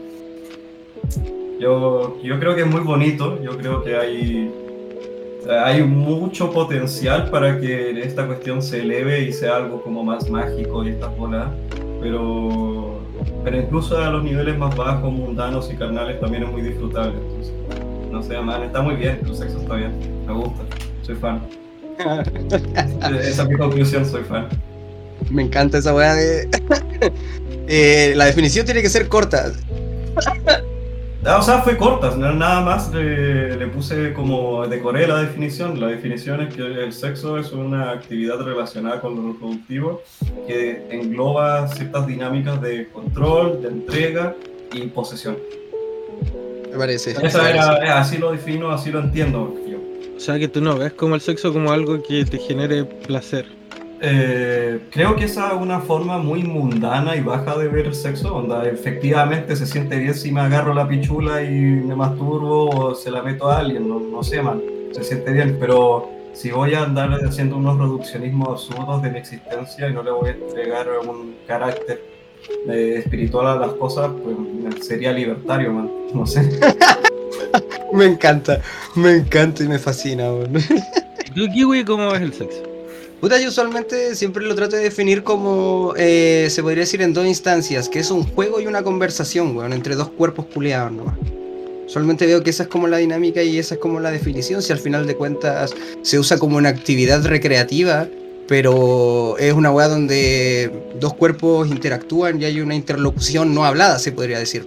yo, yo creo que es muy bonito, yo creo que hay, hay mucho potencial para que esta cuestión se eleve y sea algo como más mágico y estas bolas, pero, pero incluso a los niveles más bajos, mundanos y carnales también es muy disfrutable. Entonces, no sé, man, está muy bien, el sexo está bien, me gusta, soy fan. Esa es mi conclusión, soy fan. Me encanta esa weá de... eh, la definición tiene que ser corta. Ah, o sea, fue corta, nada más le, le puse como, decoré la definición. La definición es que el sexo es una actividad relacionada con lo reproductivo que engloba ciertas dinámicas de control, de entrega y posesión. Me parece. Esa era, así lo defino, así lo entiendo yo. O sea que tú no ves como el sexo como algo que te genere placer. Eh, creo que esa es una forma muy mundana y baja de ver el sexo, onda, efectivamente se siente bien si me agarro la pichula y me masturbo o se la meto a alguien, no, no sé, man, se siente bien, pero si voy a andar haciendo unos reduccionismos absurdos de mi existencia y no le voy a entregar un carácter eh, espiritual a las cosas, pues sería libertario, man, no sé. Me encanta, me encanta y me fascina. Bueno. ¿Y tú, Kiwi, cómo ves el sexo? Puta, yo usualmente siempre lo trato de definir como, eh, se podría decir en dos instancias, que es un juego y una conversación, weón, entre dos cuerpos culeados nomás. Usualmente veo que esa es como la dinámica y esa es como la definición, si al final de cuentas se usa como una actividad recreativa, pero es una weá donde dos cuerpos interactúan y hay una interlocución no hablada, se podría decir.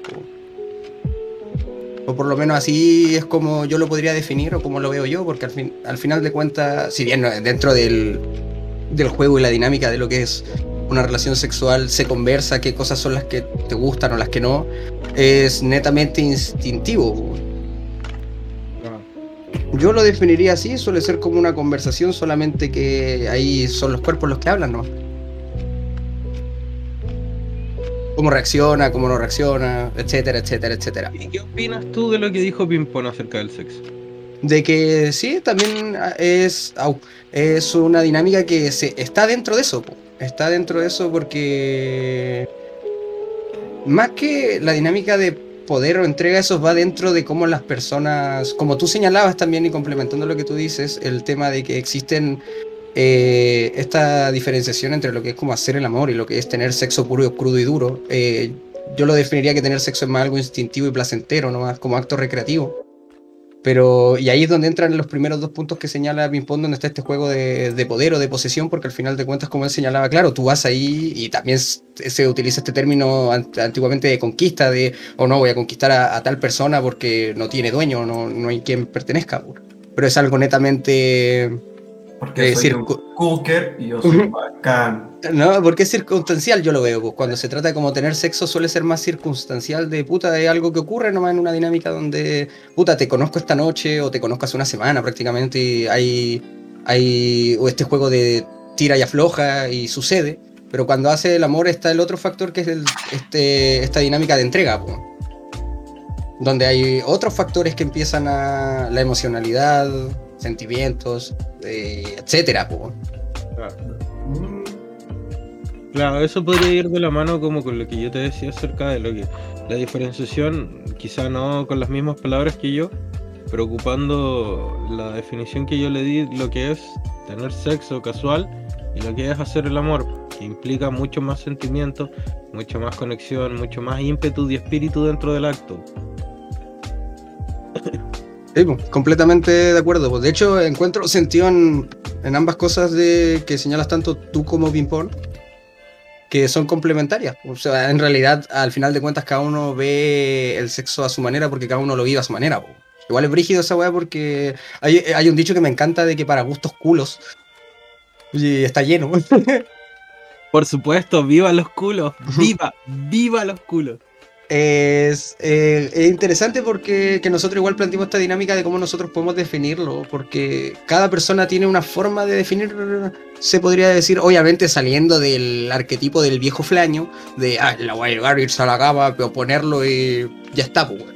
O por lo menos así es como yo lo podría definir o como lo veo yo, porque al, fin, al final de cuentas, si bien dentro del, del juego y la dinámica de lo que es una relación sexual se conversa qué cosas son las que te gustan o las que no, es netamente instintivo. Yo lo definiría así, suele ser como una conversación, solamente que ahí son los cuerpos los que hablan, ¿no? Cómo reacciona, cómo no reacciona, etcétera, etcétera, etcétera. ¿Y qué opinas tú de lo que dijo Pimpón acerca del sexo? De que sí, también es, au, es una dinámica que se, está dentro de eso, po. Está dentro de eso porque más que la dinámica de poder o entrega, eso va dentro de cómo las personas, como tú señalabas también y complementando lo que tú dices, el tema de que existen eh, esta diferenciación entre lo que es como hacer el amor y lo que es tener sexo puro, crudo y duro. Eh, yo lo definiría que tener sexo es más algo instintivo y placentero, no más como acto recreativo. Pero, y ahí es donde entran los primeros dos puntos que señala Pimpón, donde está este juego de, de poder o de posesión, porque al final de cuentas, como él señalaba, claro, tú vas ahí y también se utiliza este término antiguamente de conquista, de, o oh, no, voy a conquistar a, a tal persona porque no tiene dueño, no, no hay quien pertenezca. Pero es algo netamente... Porque eh, soy circu- un cooker y yo soy bacán. No, porque es circunstancial, yo lo veo. Pues, cuando se trata de como tener sexo suele ser más circunstancial de puta, de algo que ocurre nomás en una dinámica donde puta, te conozco esta noche o te conozco hace una semana prácticamente y hay, hay o este juego de tira y afloja y sucede. Pero cuando hace el amor está el otro factor que es el, este, esta dinámica de entrega, pues, donde hay otros factores que empiezan a la emocionalidad, sentimientos, eh, etcétera, pues. Claro. Claro, eso podría ir de la mano como con lo que yo te decía acerca de lo que la diferenciación, quizá no con las mismas palabras que yo, pero ocupando la definición que yo le di, lo que es tener sexo casual y lo que es hacer el amor, que implica mucho más sentimiento, mucho más conexión, mucho más ímpetu y espíritu dentro del acto. Sí, pues, completamente de acuerdo. Pues, de hecho, encuentro sentido en, en ambas cosas de que señalas tanto tú como Pimpón, que son complementarias. O sea, en realidad, al final de cuentas, cada uno ve el sexo a su manera porque cada uno lo vive a su manera. Po. Igual es brígido esa weá porque hay, hay un dicho que me encanta de que para gustos culos. Y está lleno. Por supuesto, viva los culos. Viva, viva los culos. Es, eh, es interesante porque que nosotros igual planteamos esta dinámica de cómo nosotros podemos definirlo, porque cada persona tiene una forma de definir, se podría decir, obviamente saliendo del arquetipo del viejo flaño, de ah, la voy a llegar, irse a la cama, pero ponerlo y ya está, pues.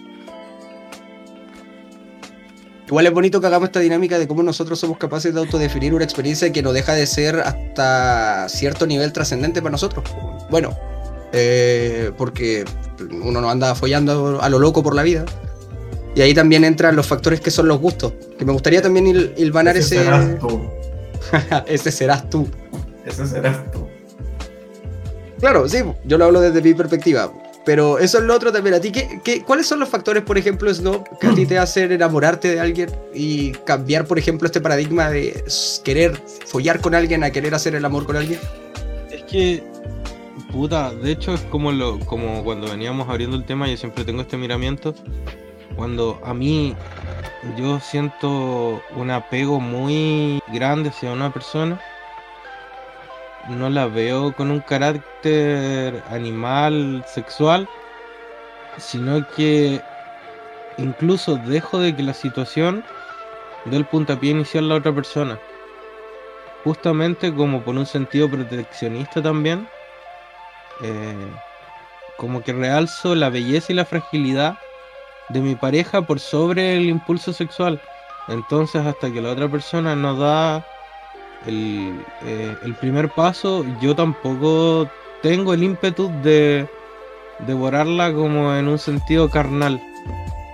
Igual es bonito que hagamos esta dinámica de cómo nosotros somos capaces de autodefinir una experiencia que no deja de ser hasta cierto nivel trascendente para nosotros. Bueno, Eh, porque uno no anda follando a lo loco por la vida y ahí también entran los factores que son los gustos, que me gustaría también il- ilvanar ese ese serás tú ese serás tú ese serás tú claro, sí, yo lo hablo desde mi perspectiva, pero eso es lo otro también. A ti, ¿qué, qué, ¿cuáles son los factores, por ejemplo, Snob, que a ti te hacen enamorarte de alguien y cambiar, por ejemplo, este paradigma de querer follar con alguien a querer hacer el amor con alguien? Es que puta, de hecho es como lo como cuando veníamos abriendo el tema, yo siempre tengo este miramiento. Cuando a mí yo siento un apego muy grande hacia una persona, no la veo con un carácter animal, sexual, sino que incluso dejo de que la situación dé el puntapié inicial a la otra persona. Justamente como por un sentido proteccionista también. Eh, como que realzo la belleza y la fragilidad de mi pareja por sobre el impulso sexual. Entonces hasta que la otra persona no da el, eh, el primer paso, yo tampoco tengo el ímpetu de devorarla como en un sentido carnal.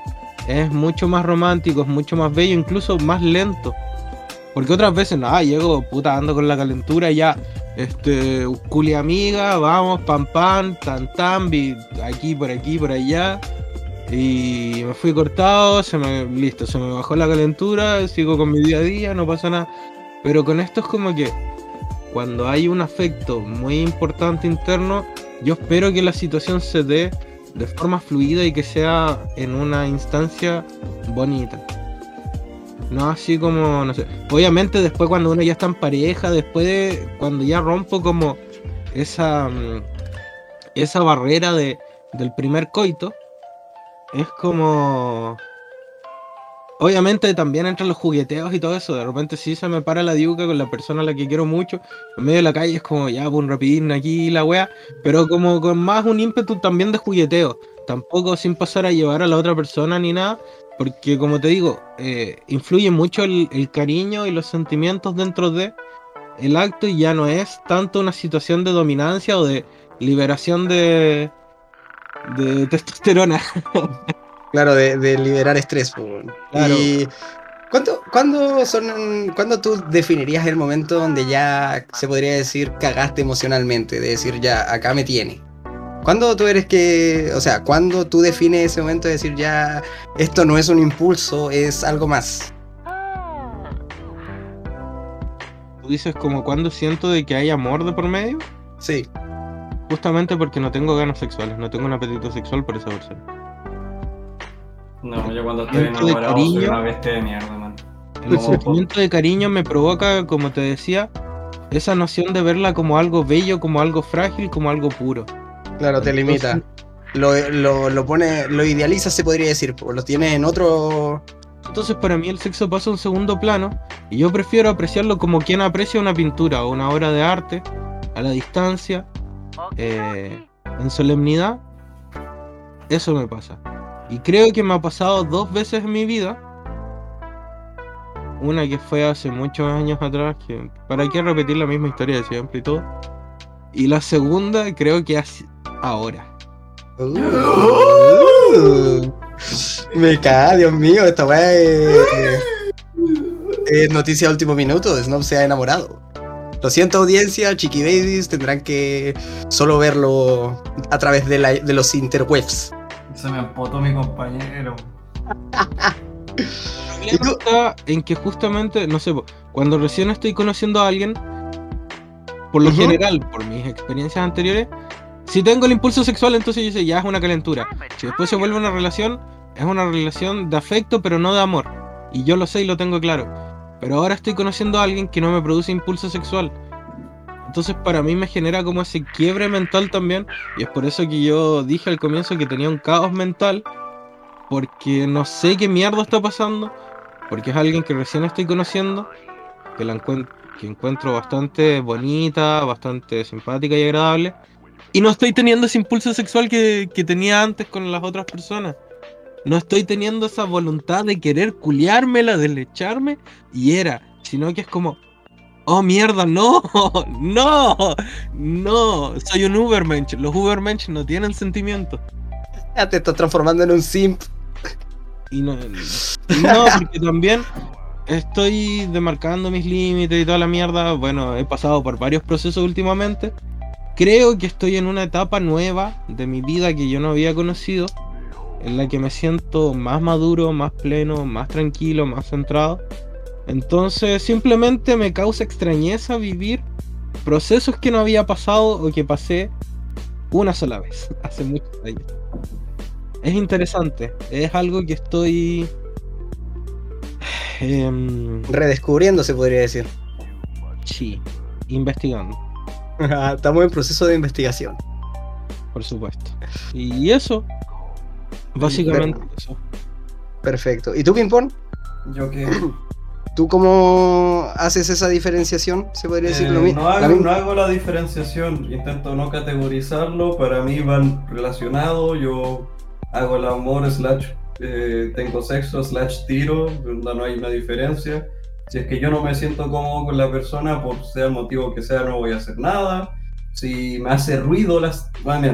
es mucho más romántico, es mucho más bello, incluso más lento. Porque otras veces, no, llego, puta, ando con la calentura ya, este, culi amiga, vamos, pam pam, tan tan, vi aquí, por aquí, por allá, y me fui cortado, se me, listo, se me bajó la calentura, sigo con mi día a día, no pasa nada. Pero con esto es como que, cuando hay un afecto muy importante interno, yo espero que la situación se dé de forma fluida y que sea en una instancia bonita. No así como, no sé. Obviamente después cuando uno ya está en pareja, después de cuando ya rompo como esa esa barrera de, del primer coito, es como... Obviamente también entre los jugueteos y todo eso, de repente sí se me para la diuca con la persona a la que quiero mucho, en medio de la calle es como ya, pues un rapidín aquí la wea, pero como con más un ímpetu también de jugueteo, tampoco sin pasar a llevar a la otra persona ni nada, porque como te digo, eh, influye mucho el, el cariño y los sentimientos dentro de el acto y ya no es tanto una situación de dominancia o de liberación de, de testosterona. Claro, de, de liberar estrés. Pues. Claro. Y ¿cuándo, ¿cuándo, son, ¿cuándo tú definirías el momento donde ya se podría decir cagaste emocionalmente? De decir ya, acá me tiene. ¿Cuándo tú eres que, o sea, cuándo tú defines ese momento de decir ya, esto no es un impulso, es algo más? ¿Tú dices como cuando siento de que hay amor de por medio? Sí. Justamente porque no tengo ganas sexuales, no tengo un apetito sexual por esa persona. No, yo cuando estoy enamorado soy una bestia de mierda, man. El sentimiento de cariño me provoca, como te decía, esa noción de verla como algo bello, como algo frágil, como algo puro. Claro, te Entonces, limita. Lo, lo, lo pone, lo idealiza, se podría decir, lo tiene en otro... Entonces para mí el sexo pasa a un segundo plano y yo prefiero apreciarlo como quien aprecia una pintura o una obra de arte, a la distancia, eh, en solemnidad. Eso me pasa. Y creo que me ha pasado dos veces en mi vida. Una que fue hace muchos años atrás, que para qué repetir la misma historia de siempre y todo. Y la segunda creo que es ahora. Uh, me cae, Dios mío, esta weá es, es noticia de último minuto, Snob se ha enamorado. Lo siento, audiencia, Chiqui Babies tendrán que solo verlo a través de, la, de los interwebs. Se me empotó mi compañero. El problema está en que justamente, no sé, cuando recién estoy conociendo a alguien, por lo uh-huh. general, por mis experiencias anteriores, si tengo el impulso sexual, entonces yo sé, ya es una calentura. Si después se vuelve una relación, es una relación de afecto, pero no de amor. Y yo lo sé y lo tengo claro. Pero ahora estoy conociendo a alguien que no me produce impulso sexual. Entonces para mí me genera como ese quiebre mental también. Y es por eso que yo dije al comienzo que tenía un caos mental. Porque no sé qué mierda está pasando. Porque es alguien que recién estoy conociendo. Que la encuentro, que encuentro bastante bonita, bastante simpática y agradable. Y no estoy teniendo ese impulso sexual que, que tenía antes con las otras personas. No estoy teniendo esa voluntad de querer culiármela, de lecharme. Y era, sino que es como... ¡Oh, mierda! ¡No! ¡No! ¡No! Soy un Ubermensch. Los Ubermensch no tienen sentimientos. Ya te estás transformando en un simp. Y no, no, porque también estoy demarcando mis límites y toda la mierda. Bueno, he pasado por varios procesos últimamente. Creo que estoy en una etapa nueva de mi vida que yo no había conocido, en la que me siento más maduro, más pleno, más tranquilo, más centrado. Entonces simplemente me causa extrañeza vivir procesos que no había pasado o que pasé una sola vez, hace muchos años. Es interesante, es algo que estoy eh, redescubriendo, se podría decir. Sí, investigando. Estamos en proceso de investigación. Por supuesto. Y eso, básicamente Per- eso. Perfecto. ¿Y tú, Pimpón? ¿Yo qué? ¿Tú cómo haces esa diferenciación? ¿Se podría decir Eh, lo mismo? no, hago, no hago la diferenciación, intento no categorizarlo, para mí van relacionados, yo hago el amor slash eh, tengo sexo slash tiro, no hay una diferencia. Si es que yo no me siento cómodo con la persona, por sea el motivo que sea, no voy a hacer nada. Si me hace ruido las... Bueno,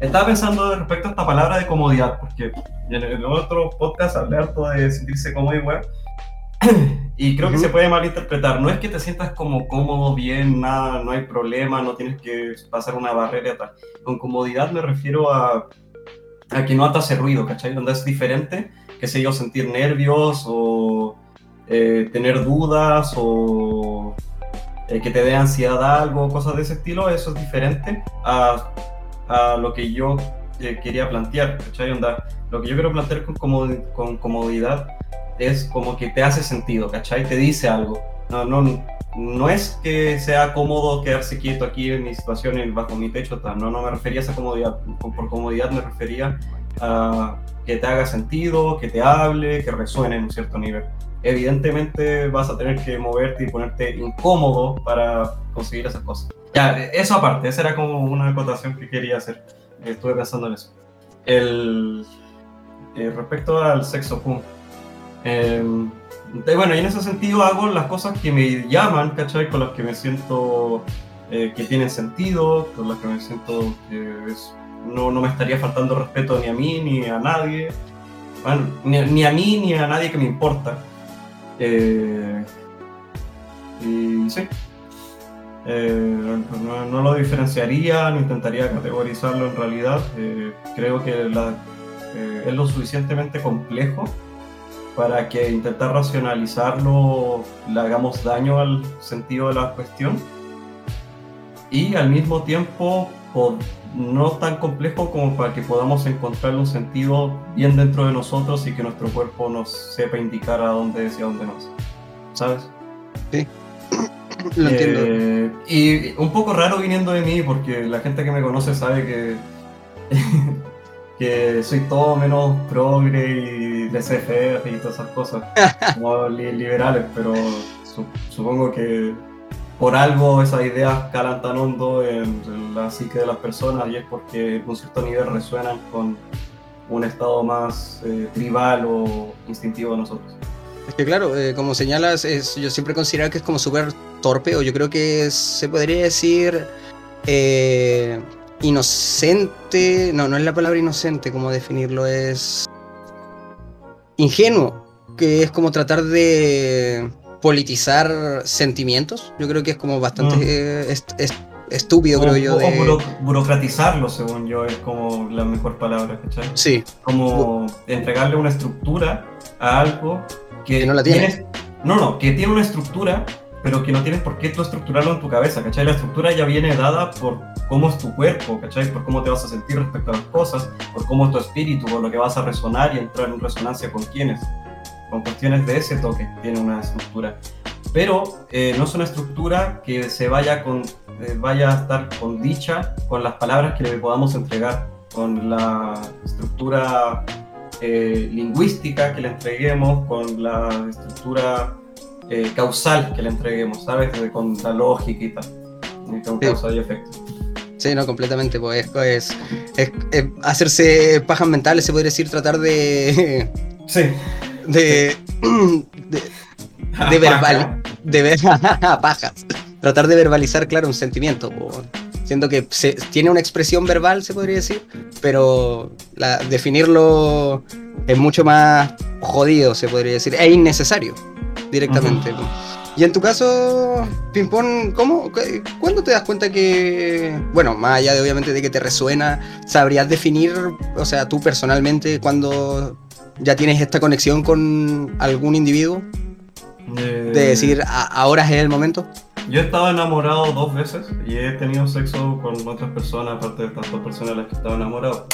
estaba pensando respecto a esta palabra de comodidad, porque en el otro podcast hablé harto de sentirse cómodo y web, y creo uh-huh. que se puede malinterpretar. No es que te sientas como cómodo, bien, nada, no hay problema, no tienes que pasar una barrera y tal. Con comodidad me refiero a, a que no te hace ruido, ¿cachai? Donde es diferente, qué sé yo, sentir nervios o eh, tener dudas o eh, que te dé ansiedad algo, cosas de ese estilo. Eso es diferente a, a lo que yo eh, quería plantear, ¿cachai? Onda, lo que yo quiero plantear con, comod- con comodidad es como que te hace sentido, ¿cachai? Te dice algo. No, no, no es que sea cómodo quedarse quieto aquí en mi situación, bajo mi techo, tal. No, no me refería a esa comodidad. Por comodidad me refería a que te haga sentido, que te hable, que resuene en un cierto nivel. Evidentemente vas a tener que moverte y ponerte incómodo para conseguir esas cosas. Ya, eso aparte, esa era como una acotación que quería hacer. Estuve pensando en eso. El, eh, respecto al sexo punk. Eh, bueno, y en ese sentido hago las cosas que me llaman, ¿cachai? Con las que me siento eh, que tienen sentido, con las que me siento que es, no, no me estaría faltando respeto ni a mí ni a nadie, bueno, ni, ni a mí ni a nadie que me importa. Eh, y sí, eh, no, no lo diferenciaría, no intentaría categorizarlo en realidad. Eh, creo que la, eh, es lo suficientemente complejo para que intentar racionalizarlo le hagamos daño al sentido de la cuestión, y al mismo tiempo no tan complejo como para que podamos encontrar un sentido bien dentro de nosotros y que nuestro cuerpo nos sepa indicar a dónde es y a dónde no es, ¿sabes? Sí, lo eh, entiendo. Y un poco raro viniendo de mí, porque la gente que me conoce sabe que que soy todo menos progre y laissez-faire y todas esas cosas, como li- liberales, pero su- supongo que por algo esas ideas calan tan hondo en, en la psique de las personas, y es porque en un cierto nivel resuenan con un estado más eh, tribal o instintivo de nosotros. Es que claro, eh, como señalas, es, yo siempre considero que es como súper torpe, o yo creo que es, se podría decir eh, inocente, no, no es la palabra inocente, ¿cómo definirlo? Es ingenuo, que es como tratar de politizar sentimientos. Yo creo que es como bastante mm. eh, est- est- estúpido, o, creo yo. O, de... o buro, burocratizarlo, según yo, es como la mejor palabra, ¿cachai? Sí. Como entregarle una estructura a algo que, que no la tiene. Tienes, no, no, que tiene una estructura, pero que no tienes por qué tú estructurarlo en tu cabeza, ¿cachai? La estructura ya viene dada por cómo es tu cuerpo, ¿cachai? Por cómo te vas a sentir respecto a las cosas, por cómo es tu espíritu, por lo que vas a resonar y entrar en resonancia con quienes, con cuestiones de ese toque, tiene una estructura. Pero eh, no es una estructura que se vaya, con, eh, vaya a estar con dicha con las palabras que le podamos entregar, con la estructura eh, lingüística que le entreguemos, con la estructura Eh, causal que le entreguemos, ¿sabes? Con la lógica y tal, con causa sí. y efecto. Sí, no, completamente, pues es, es, es hacerse pajas mentales, se podría decir, tratar de... Sí. De... de, de verbal... De ver... pajas. Tratar de verbalizar, claro, un sentimiento, pues, siendo que se, tiene una expresión verbal, se podría decir, pero la, definirlo es mucho más jodido, se podría decir, e innecesario. Directamente. Uh-huh. Y en tu caso, Pimpón, ¿cómo? ¿Cuándo te das cuenta que, bueno, más allá de obviamente de que te resuena, sabrías definir, o sea, tú personalmente, cuando ya tienes esta conexión con algún individuo? Eh... De decir, ahora es el momento. Yo he estado enamorado dos veces y he tenido sexo con otras personas, aparte de estas dos personas a las que estaba enamorado.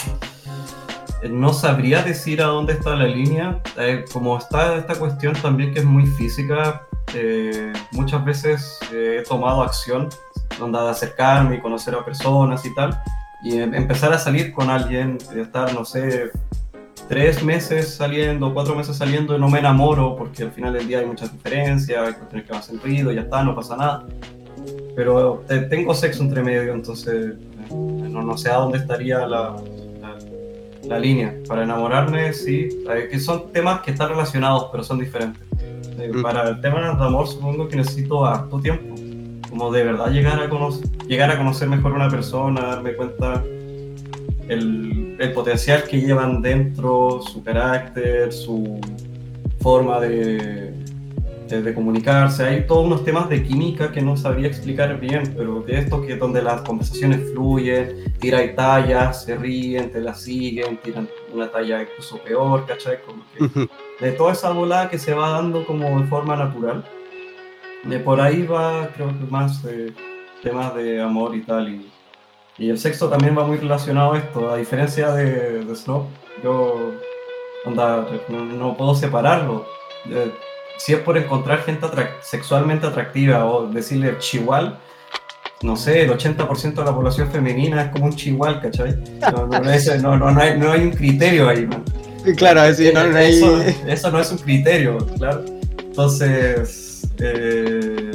No sabría decir a dónde está la línea, eh, como está esta cuestión también que es muy física, eh, muchas veces eh, he tomado acción, donde de acercarme y conocer a personas y tal, y em- empezar a salir con alguien, estar, no sé, tres meses saliendo, cuatro meses saliendo y no me enamoro, porque al final del día hay muchas diferencias, hay cuestiones que me hacen ruido, ya está, no pasa nada, pero te, tengo sexo entre medio, entonces eh, no, no sé a dónde estaría la... la línea. Para enamorarme, sí, que son temas que están relacionados, pero son diferentes. Mm. Para el tema de amor, supongo que necesito harto tiempo, como de verdad llegar a conocer, llegar a conocer mejor a una persona, darme cuenta el, el potencial que llevan dentro, su carácter, su forma de, de, de comunicarse. Hay todos unos temas de química que no sabría explicar bien, pero de estos que donde las conversaciones fluyen, tiran tallas, se ríen, te la siguen, tiran una talla incluso peor, ¿cachai? Como que de toda esa volada que se va dando como de forma natural. De por ahí va, creo que más eh, temas de amor y tal, y, y el sexo también va muy relacionado a esto, a diferencia de, de Snob, yo onda, no, no puedo separarlo. Eh, si es por encontrar gente atrac- sexualmente atractiva o decirle chihual, no sé, el ochenta por ciento de la población femenina es como un chihual, ¿cachai? No, no, no, es, no, no, no, hay, no hay un criterio ahí, man. Claro, es decir, no, no hay... eso, eso no es un criterio, claro. Entonces... Eh,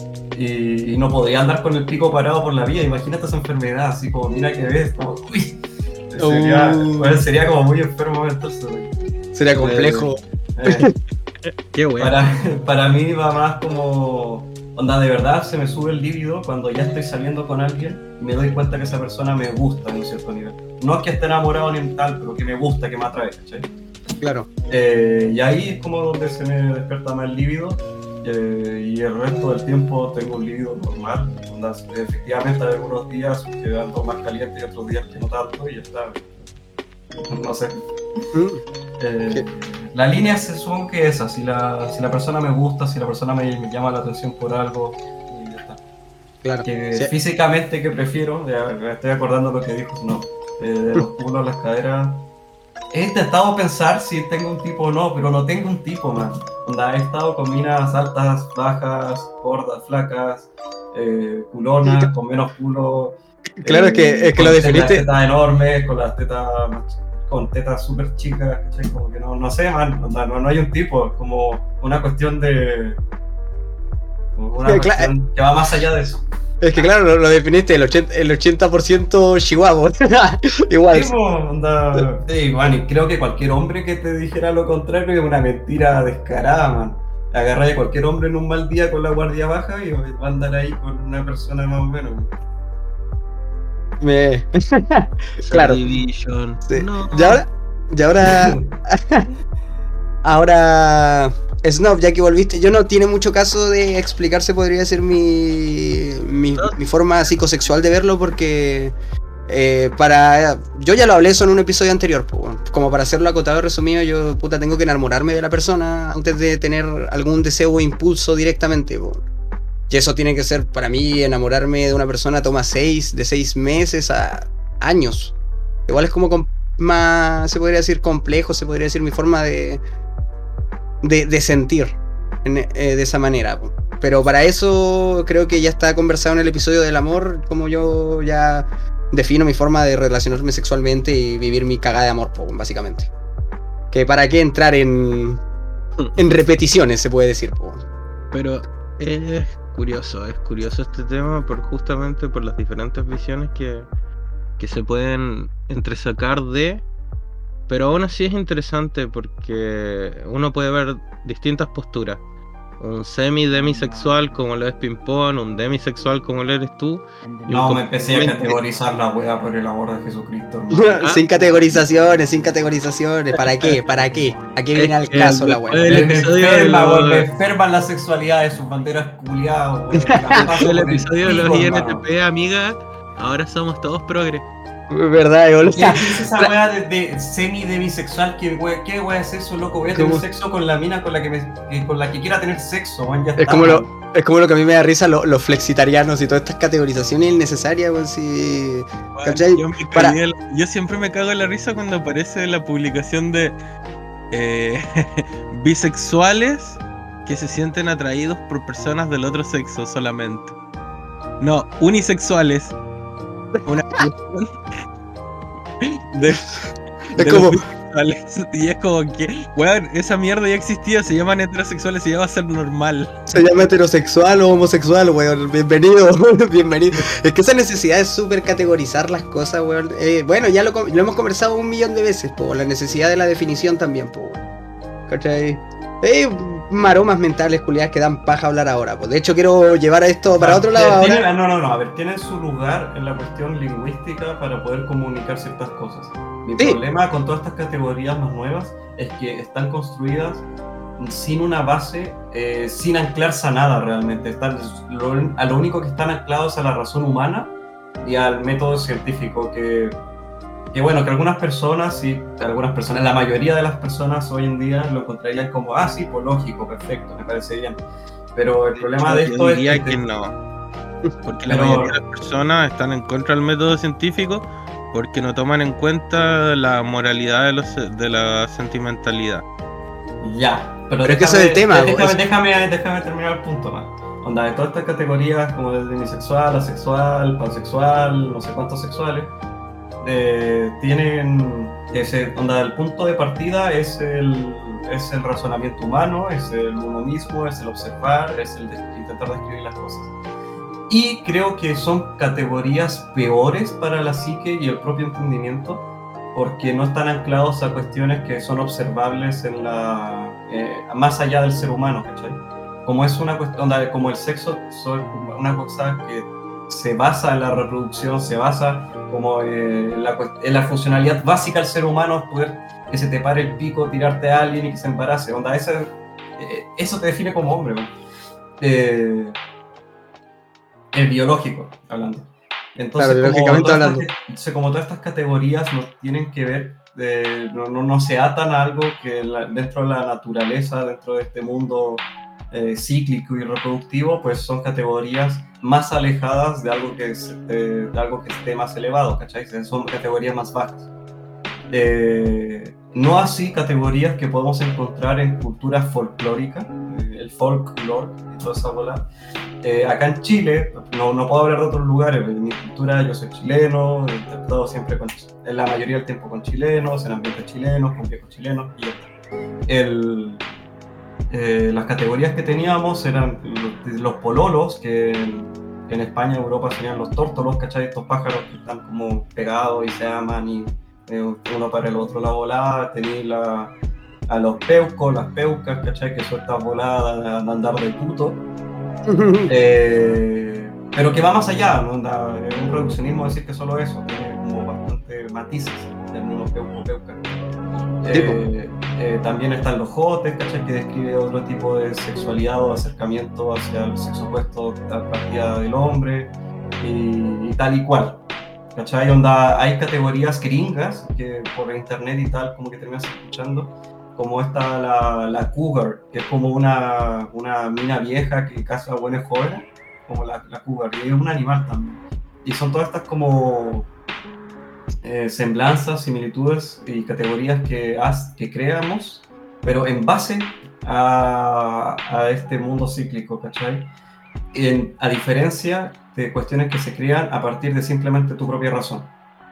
y, y no podría andar con el pico parado por la vía. Imagínate esa enfermedad, así como, mira que ves, como, uy, sería, uh. bueno, sería como muy enfermo entonces. Sería complejo. Eh, Qué bueno. Para, para mí va más como, onda, de verdad se me sube el líbido cuando ya estoy saliendo con alguien y me doy cuenta que esa persona me gusta en un cierto nivel. No es que esté enamorado ni tal, pero que me gusta, que me atrae, ¿cachai? Claro. Eh, y ahí es como donde se me despierta más el líbido. Eh, y el resto del tiempo tengo un líbido normal. Onda, efectivamente hay algunos días que ando más caliente y otros días que no tanto y ya está. No sé. Mm. Eh, la línea se supone que es esa, si la, si la persona me gusta, si la persona me, me llama la atención por algo y ya está. Claro. Que sí. Físicamente que prefiero, ya me estoy acordando lo que dijo, no, eh, de los culos, las caderas. He intentado pensar si tengo un tipo o no, pero no tengo un tipo, man. Onda, he estado con minas altas, bajas, gordas, flacas, eh, culonas, con menos culo. Claro, eh, es que, es que lo definiste. Con las tetas enormes, con las tetas, con tetas súper chicas, ¿cachai? Como que no, no sé, man. Onda, no, no hay un tipo, es como una cuestión de. Como una sí, cuestión claro. que va más allá de eso. Es que claro, lo, lo definiste, el ochenta, el ochenta por ciento chihuahua. Igual. Sí, onda, sí, bueno, y creo que cualquier hombre que te dijera lo contrario es una mentira descarada, man. Agarrar a cualquier hombre en un mal día con la guardia baja y va a andar ahí con una persona más o menos. Me... claro. Sí. No. Y ahora... Y ahora... ahora... Snob, ya que volviste, yo no tiene mucho caso de explicarse, podría ser mi, mi, mi forma psicosexual de verlo, porque eh, para yo ya lo hablé eso en un episodio anterior, pues, como para hacerlo acotado y resumido, yo puta tengo que enamorarme de la persona antes de tener algún deseo o impulso directamente, pues. Y eso tiene que ser, para mí, enamorarme de una persona toma seis, de seis meses a años. Igual es como más, se podría decir complejo, se podría decir mi forma de... De, de sentir en, eh, de esa manera, pero para eso creo que ya está conversado en el episodio del amor, como yo ya defino mi forma de relacionarme sexualmente y vivir mi cagada de amor, básicamente. Que para qué entrar en en repeticiones, se puede decir. Pero es curioso, es curioso este tema por justamente por las diferentes visiones que, que se pueden entresacar de. Pero aún así es interesante porque uno puede ver distintas posturas. Un semi-demisexual como lo es Pimpón, un demisexual como lo eres tú. No, me empecé a categorizar la wea por el amor de Jesucristo. ¿Ah? Sin categorizaciones, sin categorizaciones. ¿Para qué? ¿Para qué? ¿A qué viene al caso la wea? Me enferma, me enferman la sexualidad de sus banderas culiadas. El episodio de los I N T P, amiga, ahora somos todos progres. Verdad, boludo. ¿Qué es esa wea de, de semi-demisexual? ¿Qué wea, ¿Qué wea es eso, loco? Voy a tener ¿Cómo? Sexo con la mina con la que, me, que, con la que quiera tener sexo, man, ya es está, como lo, es como lo que a mí me da risa, lo, los flexitarianos y todas estas categorizaciones innecesarias, weón, si... Bueno, yo, Para... la, yo siempre me cago en la risa cuando aparece la publicación de eh, bisexuales que se sienten atraídos por personas del otro sexo solamente. No, unisexuales. Una de, de es como y es como que weón, esa mierda ya existía, se llaman heterosexuales y ya va a ser normal. Se llama heterosexual o homosexual, weón. Bienvenido, bienvenido. Es que esa necesidad de super categorizar las cosas, weón. Eh, bueno, ya lo, lo hemos conversado un millón de veces, po. La necesidad de la definición también, po. ¿Cachai? Eh, maromas mentales culiadas que dan paja hablar ahora. Pues de hecho quiero llevar a esto para no, otro lado tiene, ahora. No, no, no, a ver, tiene su lugar en la cuestión lingüística para poder comunicar ciertas cosas. Mi sí. problema con todas estas categorías más nuevas es que están construidas sin una base, eh, sin anclarse a nada realmente. Están, lo, a lo único que están anclados a la razón humana y al método científico, que, que bueno, que algunas personas, sí, algunas personas, la mayoría de las personas hoy en día lo encontrarían como, ah, sí, pues lógico, perfecto, me parece bien. Pero el problema de esto yo es diría que... que no, porque la Pero... mayoría de las personas están en contra del método científico porque no toman en cuenta la moralidad de, los, de la sentimentalidad. Ya. Pero, pero déjame, es que eso es el tema. Déjame, pues. déjame, déjame terminar el punto más. Onda, de todas estas categorías, como desde demisexual, asexual, pansexual, no sé cuántos sexuales, eh, tienen ese, onda, el punto de partida es el, es el razonamiento humano, es el uno mismo, es el observar, es el de, intentar describir las cosas. Y creo que son categorías peores para la psique y el propio entendimiento, porque no están anclados a cuestiones que son observables en la, eh, más allá del ser humano, ¿cachai? Como es una cuestión, como el sexo es una cosa que se basa en la reproducción, se basa como eh, en, la, en la funcionalidad básica del ser humano, poder que se te pare el pico, tirarte a alguien y que se embarace, onda, ese, eh, eso te define como hombre, ¿no? eh, el biológico, hablando. Entonces, claro, como, todas hablando. Estas, como todas estas categorías no tienen que ver, eh, no, no, no se atan a algo que la, dentro de la naturaleza, dentro de este mundo eh, cíclico y reproductivo, pues son categorías más alejadas de algo que, es, de, de algo que esté más elevado, ¿cachai? Son categorías más bajas. Eh, no así categorías que podemos encontrar en cultura folclórica, eh, el folklore y toda esa bola. Eh, acá en Chile, no, no puedo hablar de otros lugares, en mi cultura yo soy chileno, he tratado siempre con, en la mayoría del tiempo con chilenos, en ambientes chilenos, con viejos chilenos, y ya está. El, eh, las categorías que teníamos eran los, los pololos, que en, en España y Europa serían los tórtolos, ¿cachai? Estos pájaros que están como pegados y se aman y eh, uno para el otro la volada. Tenía la, a los peucos, las peucas, ¿cachai? Que son estas voladas de andar de puto. Eh, pero que va más allá, ¿no? Es un reduccionismo decir que solo eso, tiene como bastante matices del mundo peuco-peuca. Eh, eh, también están los jotes, ¿cachai? Que describe otro tipo de sexualidad o acercamiento hacia el sexo opuesto a partida del hombre y, y tal y cual, ¿cachai? Onda, hay categorías gringas que por internet y tal como que terminas escuchando, como esta, la, la cougar, que es como una, una mina vieja que caza buenos jóvenes, como la, la cougar, y es un animal también. Y son todas estas como eh, semblanzas, similitudes y categorías que, has, que creamos, pero en base a, a este mundo cíclico, ¿cachai? En, a diferencia de cuestiones que se crean a partir de simplemente tu propia razón.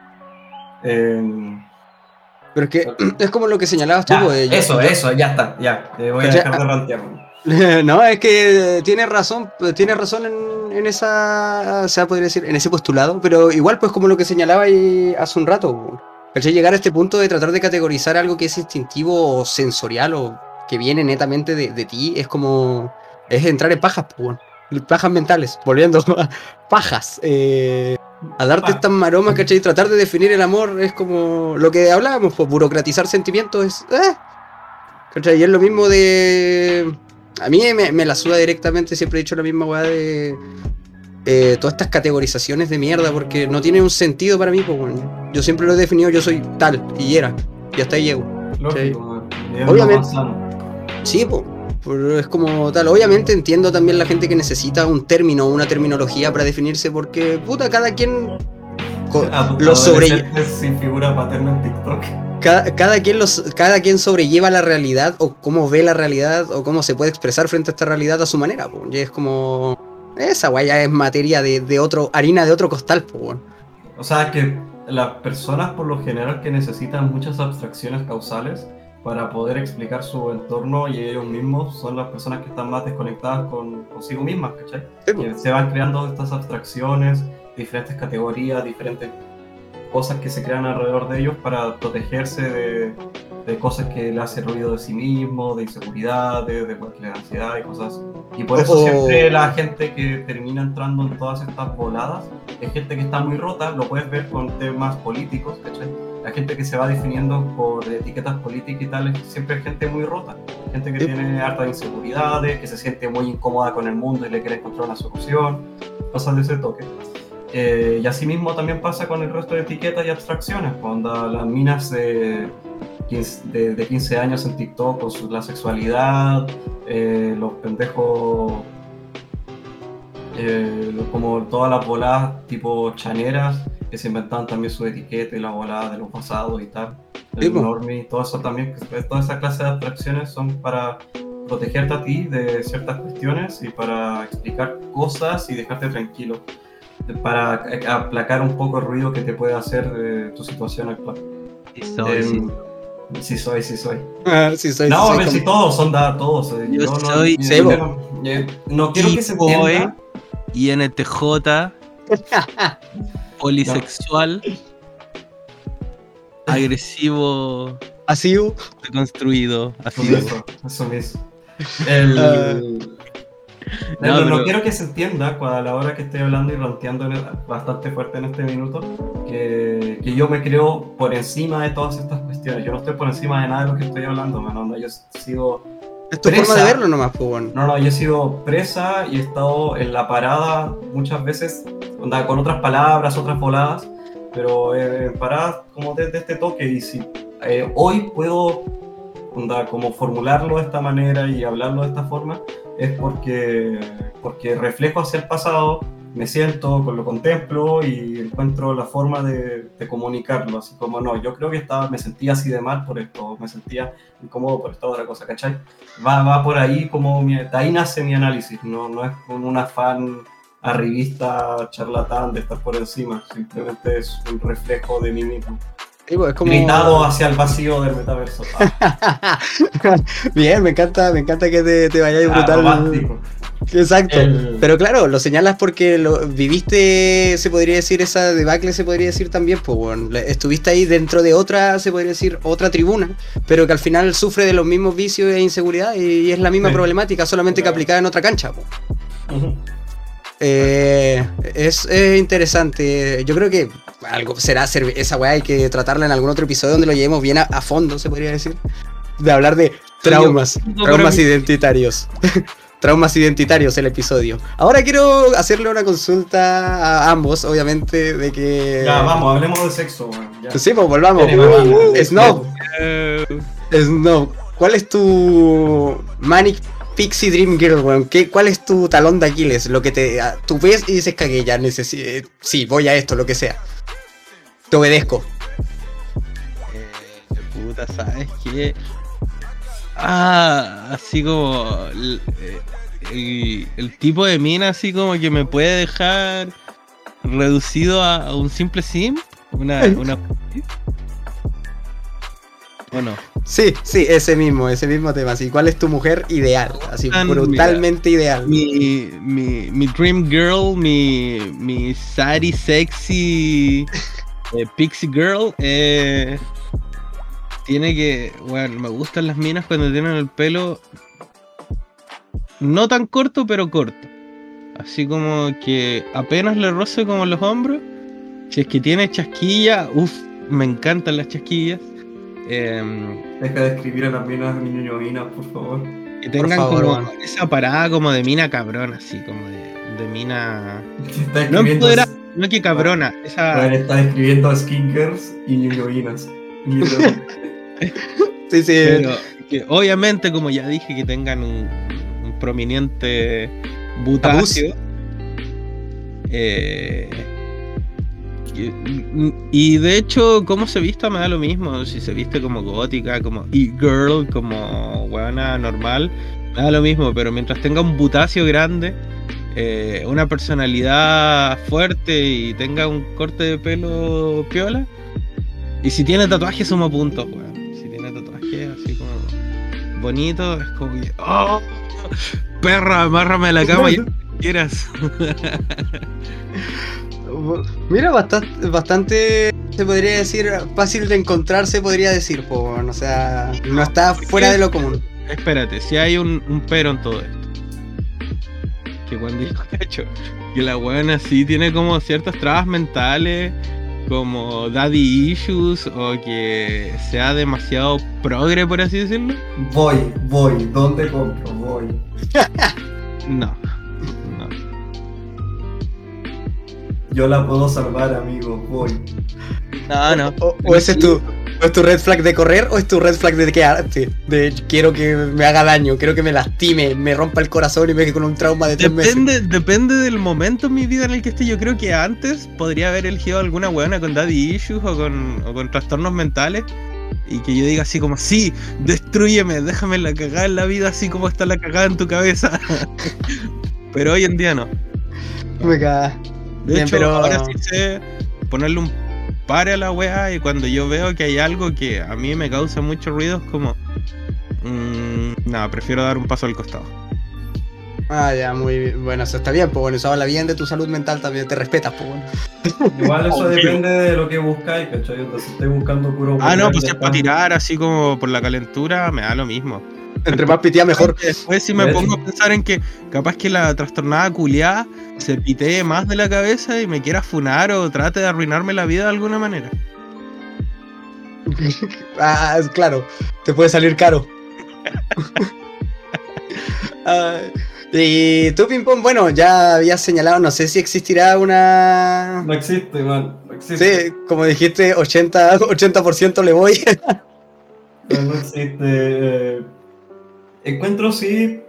Eh, Pero es que es como lo que señalabas tú. Ya, pues, eso, yo, eso, ya está, ya. Te voy a dejar de rantear. No, es que tienes razón, tienes razón en, en esa, se podría decir, en ese postulado, pero igual pues como lo que señalaba ahí hace un rato, ¿cachai? Llegar a este punto de tratar de categorizar algo que es instintivo o sensorial o que viene netamente de, de ti, es como, es entrar en pajas, pues, pajas mentales, volviendo a pajas, eh... a darte estas maromas, ¿cachai? Tratar de definir el amor es como lo que hablábamos, pues burocratizar sentimientos es... Eh, ¿cachai? Y es lo mismo de... A mí me, me la suda directamente, siempre he dicho la misma weá de... Eh, todas estas categorizaciones de mierda, porque no tiene un sentido para mí, pues bueno. Yo siempre lo he definido, yo soy tal, y era, y hasta ahí llego. Lógico, obviamente. Sí, pues. Pero es como tal, obviamente entiendo también la gente que necesita un término o una terminología para definirse, porque puta, cada quien lo sobrelleva. Sin figura paterna en TikTok. Cada, cada, quien los, cada quien sobrelleva la realidad o cómo ve la realidad o cómo se puede expresar frente a esta realidad a su manera, po. Y es como... Esa guaya es materia de, de otro, harina de otro costal, po, bueno. O sea que las personas por lo general que necesitan muchas abstracciones causales para poder explicar su entorno y ellos mismos son las personas que están más desconectadas con consigo mismas, ¿cachai? Sí, pues. Se van creando estas abstracciones, diferentes categorías, diferentes cosas que se crean alrededor de ellos para protegerse de, de cosas que le hacen ruido de sí mismo, de inseguridades, de cualquier ansiedad y cosas así. Y por eso oh. siempre la gente que termina entrando en todas estas voladas es gente que está muy rota, lo puedes ver con temas políticos, ¿cachai? La gente que se va definiendo por etiquetas políticas y tal, siempre es gente muy rota, gente que sí. tiene hartas inseguridades, que se siente muy incómoda con el mundo y le quiere encontrar una solución, cosas de ese toque. Eh, y así mismo también pasa con el resto de etiquetas y abstracciones, cuando las minas de quince, de, de quince años en TikTok con su, la sexualidad, eh, los pendejos, eh, como todas las voladas tipo chaneras, que se inventaban también su etiqueta y la volada de los pasados y tal, el normie, todo eso también, toda esa clase de abstracciones son para protegerte a ti de ciertas cuestiones y para explicar cosas y dejarte tranquilo, para aplacar un poco el ruido que te puede hacer de tu situación actual. Sí soy, eh, sí. sí soy, sí soy. Ah, sí soy no, sí a ver soy si como... todos son da, todos. Yo, yo no, soy no, Sebo. Yo no, yo no quiero que se entienda. I N T J Polisexual, no. Agresivo, pasivo, deconstruido, así eso, eso mismo. El, uh, no, no, pero... no quiero que se entienda a la hora que estoy hablando y ranteando bastante fuerte en este minuto que, que yo me creo por encima de todas estas cuestiones. Yo no estoy por encima de nada de lo que estoy hablando, man, no, yo sigo es tu presa. Forma de verlo nomás, pues, bueno. No, no, yo he sido presa y he estado en la parada muchas veces, onda, con otras palabras, otras voladas, pero eh, paradas como desde de este toque. Y si eh, hoy puedo onda, como formularlo de esta manera y hablarlo de esta forma, es porque, porque reflejo hacia el pasado, me siento, lo contemplo y encuentro la forma de, de comunicarlo, así como no, yo creo que estaba, me sentía así de mal por esto, me sentía incómodo por esta otra cosa, ¿cachai? Va, va por ahí como, mi, de ahí nace mi análisis, no, no es con un afán arribista, charlatán de estar por encima, simplemente es un reflejo de mí mismo. Es como... Gritado hacia el vacío del metaverso. Ah. Bien, me encanta, me encanta que te, te vayas ah, brutal. Romántico. Exacto, el... pero claro, lo señalas porque lo viviste, se podría decir, esa debacle se podría decir también, pues bueno, estuviste ahí dentro de otra, se podría decir, otra tribuna, pero que al final sufre de los mismos vicios e inseguridad y es la misma sí. problemática, solamente claro. que aplicada en otra cancha, pues. Uh-huh. Eh, es, es interesante. Yo creo que algo será esa weá, hay que tratarla en algún otro episodio donde lo llevemos bien a, a fondo, se podría decir. De hablar de traumas, no, traumas identitarios. Traumas identitarios el episodio. Ahora quiero hacerle una consulta a ambos, obviamente, de que... Ya, vamos, hablemos de sexo, ya. Sí, pues volvamos. Uh, Snow. Snow, ¿cuál es tu Manic Pixie Dream Girl, weón? ¿Qué, ¿Cuál es tu talón de Aquiles? Lo que te... Tú ves y dices que ya necesito... Sí, voy a esto, lo que sea. Te obedezco. Eh, puta, ¿sabes qué? Ah, así como... El, el, el tipo de mina así como que me puede dejar reducido a, a un simple simp. Una... una... ¿O no? Sí, sí, ese mismo, ese mismo tema. Así, ¿cuál es tu mujer ideal? Así, ah, brutalmente mira, ideal. Mi, mi, mi dream girl, mi, mi sari sexy eh, pixie girl, eh, tiene que, bueno, me gustan las minas cuando tienen el pelo no tan corto, pero corto. Así como que apenas le roce como los hombros. Si es que tiene chasquilla, uff, me encantan las chasquillas. Eh, Deja de escribir a las minas niñoñovinas, por favor. Que tengan favor, como man. esa parada como de mina cabrona, así como de, de mina. No empoderada, no que cabrona. Esa... Bueno, está escribiendo skinkers y niñovinas. Sí, sí. Pero que obviamente, como ya dije, que tengan un, un prominente butacio. Eh. Y de hecho, cómo se vista me da lo mismo. Si se viste como gótica, como e-girl, como huevona normal, me da lo mismo. Pero mientras tenga un butacio grande, eh, una personalidad fuerte y tenga un corte de pelo piola. Y si tiene tatuajes, sumo puntos, weón. Si tiene tatuajes así como bonito, es como que... ¡Oh! Perra, amárrame a la cama y quieras. Mira, bastante, bastante se podría decir, fácil de encontrar, se podría decir, po, o sea, no está fuera de lo común. Espérate, si hay un, un pero en todo esto. Que cuando yo cacho que la weona sí tiene como ciertas trabas mentales, como daddy issues, o que sea demasiado progre, por así decirlo. Voy, voy, ¿dónde compro? Voy. No, no. Yo la puedo salvar, amigo, voy. No, no. O, o ese es tu, o es tu red flag de correr, o es tu red flag de quedarte. De quiero que me haga daño, quiero que me lastime, me rompa el corazón y me quede con un trauma de tres Depende, meses. depende del momento en mi vida en el que esté. Yo creo que antes podría haber elegido alguna weona con daddy issues o con, o con trastornos mentales. Y que yo diga así como, sí, destrúyeme, déjame la cagada en la vida así como está la cagada en tu cabeza. Pero hoy en día no. Me caga. De Bien, hecho, pero... ahora sí sé ponerle un pare a la weá, y cuando yo veo que hay algo que a mí me causa mucho ruido, es como... Mmm, nada, prefiero dar un paso al costado. Ah, ya, muy bien. Bueno, eso está bien, pues bueno, eso habla bien de tu salud mental, también te respetas, pues bueno. Igual eso depende de lo que buscáis, ¿cachai? Entonces estoy buscando puro... Ah, no, pues si es para tirar así como por la calentura, me da lo mismo. Entre más pitía mejor. Después si me pongo a pensar en que capaz que la trastornada culiada se pitee más de la cabeza y me quiera funar o trate de arruinarme la vida de alguna manera. Ah, claro, te puede salir caro. Ah, y tú, Ping Pong, bueno, ya habías señalado, no sé si existirá una... No existe, man, no existe. Sí, como dijiste, ochenta por ciento le voy. No, no existe. Eh, encuentro sí...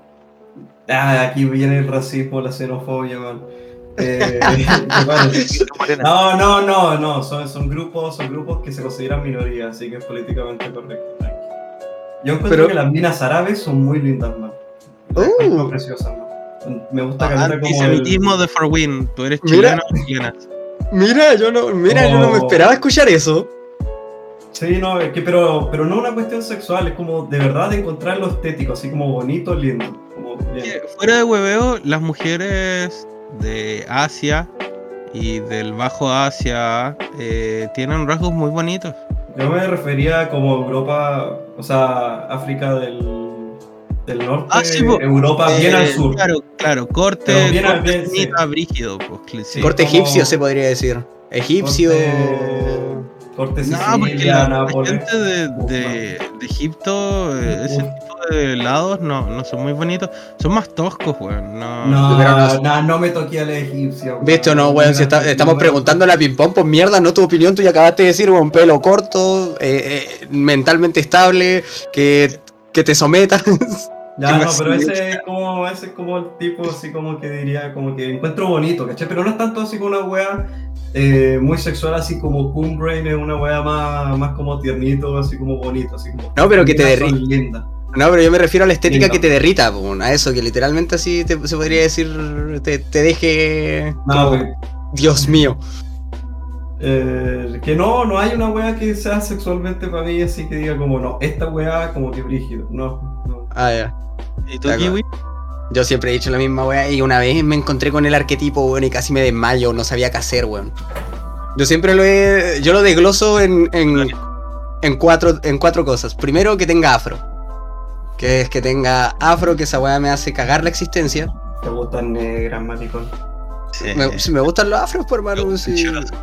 Ah, aquí viene el racismo, la xenofobia, man. Eh, bueno, no, no, no, no, son, son grupos, son grupos que se consideran minorías, así que es políticamente correcto. Yo encuentro Pero... que las minas árabes son muy lindas, man. Uh. Son preciosas, man. Me gusta Ah, caleta como antisemitismo el... de Forwin, tú eres Mira. chileno o chilena. Mira, yo no, mira, Oh. yo no me esperaba escuchar eso. Sí, no, es que, pero, pero no una cuestión sexual, es como de verdad de encontrar lo estético, así como bonito, lindo. Como bien. Que fuera de hueveo, las mujeres de Asia y del Bajo Asia eh, tienen rasgos muy bonitos. Yo me refería como Europa, o sea, África del, del norte, Ah, sí, po. Europa bien Eh, al sur. Claro, claro, corte, Pero bien al corte bien, sí. finita, brígido, pues, sí. Corte como- egipcio se podría decir. Egipcio. Corte, corte No, porque Sicilia, la, la Nápoles. gente de, Uf, de, de Egipto, eh, ese Uf. tipo de helados no, no son muy bonitos, son más toscos, weón. No, No, Pero no- no, no me toqué a la egipcia. weón. ¿Viste o no, weón? Si está- estamos preguntándole a Ping Pong, pues mierda, no tu opinión, tú ya acabaste de decir, un pelo corto, eh, eh, mentalmente estable, que, que te sometas. Ya, ¿Qué no, más? pero ese es como, ese es como el tipo así como que diría, como que encuentro bonito, ¿cachai? Pero no es tanto así como una wea eh, muy sexual, así como Coombrain, es una wea más, más como tiernito, así como bonito, así como... No, pero que te Minas son derri- lindas. No, pero yo me refiero a la estética Lindo. que te derrita, pues, a eso, que literalmente así te, se podría decir, te, te deje... No, como, pero, Dios mío. eh, que no, no hay una wea que sea sexualmente para mí, así que diga como, no, esta wea como que brígido, no, no. Ah, ya. ¿Y tú, De acuerdo. Kiwi? Yo siempre he dicho la misma weá y una vez me encontré con el arquetipo, weón, y casi me desmayo, no sabía qué hacer, weón. Yo siempre lo he... Yo lo desgloso en, en, en, cuatro, en cuatro cosas. Primero, que tenga afro. Que es que tenga afro, que esa weá me hace cagar la existencia. Te gustan negras, maricón. Sí. Me, si me gustan los afros, por hermano, sí.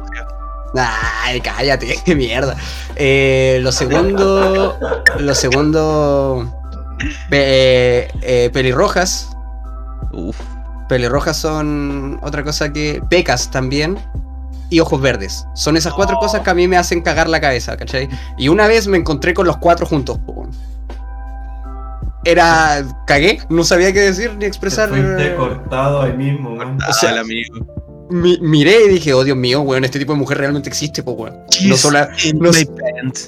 Ay, cállate, qué mierda. Eh, lo segundo... Lo segundo... Pe- eh, pelirrojas. Uf. Pelirrojas son otra cosa que... Pecas también. Y ojos verdes. Son esas cuatro cosas que a mí me hacen cagar la cabeza, ¿cachai? Y una vez me encontré con los cuatro juntos. po. Era... Cagué. No sabía qué decir ni expresar. Te fuiste cortado ahí mismo, man. O sea, el amigo. Mi- miré y dije, oh Dios mío, weón, este tipo de mujer realmente existe, po, weón. No solo... no My s- pants.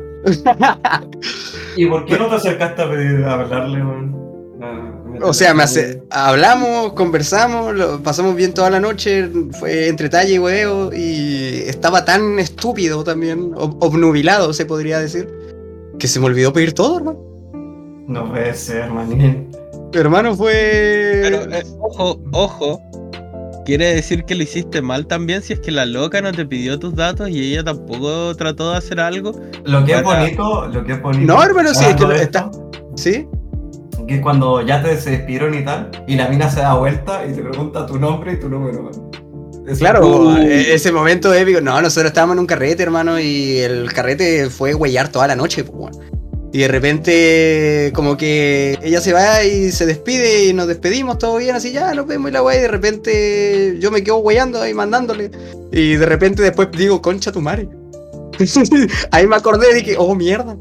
¿Y por qué no te acercaste a, pedir, a hablarle, man? No, O sea, me hace, hablamos, conversamos, lo pasamos bien toda la noche, fue entre talla y huevo, y estaba tan estúpido también, ob- obnubilado se podría decir, que se me olvidó pedir todo, hermano. No puede ser, manín. Mi hermano fue... Pero, eh, ojo, ojo, quiere decir que lo hiciste mal también si es que la loca no te pidió tus datos y ella tampoco trató de hacer algo. Lo que para... es bonito, lo que es bonito. No, hermano, sí, es que lo está. ¿Sí? Que es cuando ya te se despidieron y tal, y la mina se da vuelta y te pregunta tu nombre y tu número. Eso claro, uh, ese momento épico. No, nosotros estábamos en un carrete, hermano, y el carrete fue huellar toda la noche, pues, bueno. Y de repente, como que ella se va y se despide y nos despedimos, todo bien, así ya, nos vemos y la wey. Y de repente yo me quedo weyando ahí mandándole. Y de repente después digo, concha tu madre. Ahí me acordé de que, oh mierda.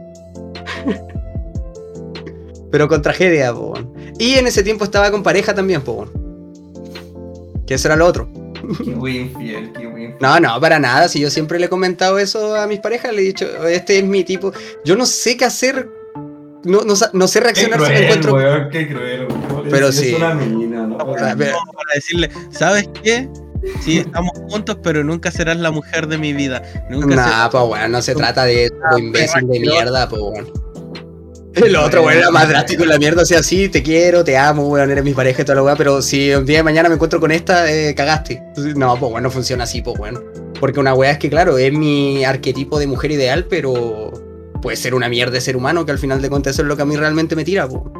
Pero con tragedia, po. Y en ese tiempo estaba con pareja también, po. Que eso era lo otro. Qué muy infiel, qué muy infiel. No, no, para nada. Si yo siempre le he comentado eso a mis parejas, le he dicho, este es mi tipo. Yo no sé qué hacer. No, no, no sé reaccionar qué cruel, si me encuentro. Weón, qué cruel, weón. Pero es, sí. Es una menina, ¿no? Para, para decirle, ¿sabes qué? Sí, estamos juntos, pero nunca serás la mujer de mi vida. Nunca nah, serás... pues bueno, no se trata de eso, ah, imbécil de mierda, pues bueno. El otro, weón, era más drástico en la mierda, o sea, sí, te quiero, te amo, weón, eres mi pareja y toda la weá, pero si un día de mañana me encuentro con esta, eh, cagaste. No, pues bueno, no funciona así, pues bueno. Porque una weá es que, claro, es mi arquetipo de mujer ideal, pero puede ser una mierda de ser humano, que al final de cuentas eso es lo que a mí realmente me tira, pues.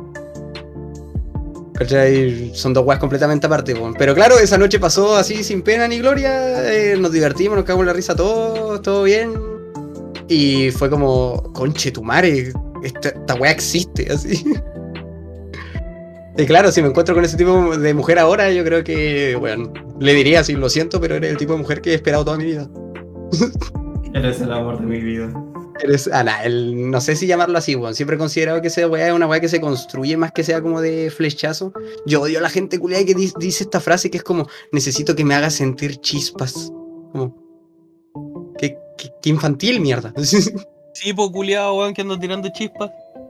¿Cachai? Son dos weas completamente aparte, pues. Pero claro, esa noche pasó así sin pena ni gloria, eh, nos divertimos, nos cagamos la risa todos, todo bien. Y fue como, conche tu madre, esta, esta wea existe, así. Y claro, si me encuentro con ese tipo de mujer ahora, yo creo que, bueno, le diría así, lo siento, pero eres el tipo de mujer que he esperado toda mi vida. Eres el amor de mi vida. Eres, ah, nah, el, no sé si llamarlo así, bueno, siempre he considerado que esa weá es una weá que se construye más que sea como de flechazo. Yo odio a la gente culiada que dice, dice esta frase que es como, necesito que me haga sentir chispas. Como, qué, qué, qué infantil, mierda. Sí, po culiado, weón, que ando tirando chispas.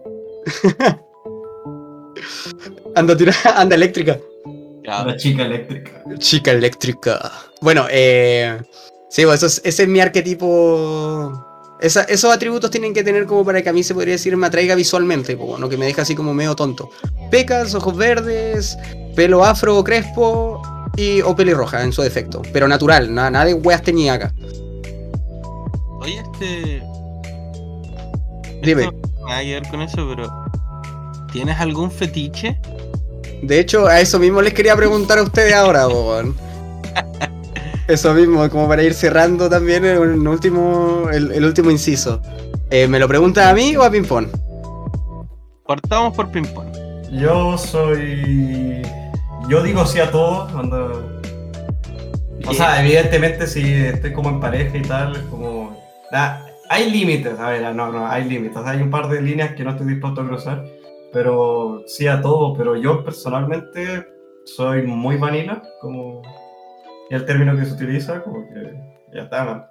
Ando tirando, anda eléctrica. Claro. La chica eléctrica. Chica eléctrica. Bueno, eh, sí, pues eso es, ese es mi arquetipo. Esa, esos atributos tienen que tener como para que a mí se podría decir me atraiga visualmente, pues, bueno, que me deja así como medio tonto. Pecas, ojos verdes, pelo afro o crespo y, o pelirroja en su defecto, pero natural, nada, nada de weas teñidas acá. Oye, este... Dime. Esto no nada que ver con eso, pero ¿tienes algún fetiche? De hecho, a eso mismo les quería preguntar a ustedes ahora, bon. Eso mismo, como para ir cerrando también el último, el, el último inciso. Eh, ¿Me lo preguntas a mí o a Pimpón? Partamos por Pimpón. Yo soy... Yo digo sí a todo, cuando... O sea, evidentemente si estoy como en pareja y tal, es como... Ah, hay límites, a ver, no, no, hay límites. Hay un par de líneas que no estoy dispuesto a cruzar, pero sí a todo. Pero yo personalmente soy muy vanilla, como... el término que se utiliza, como que ya está, man.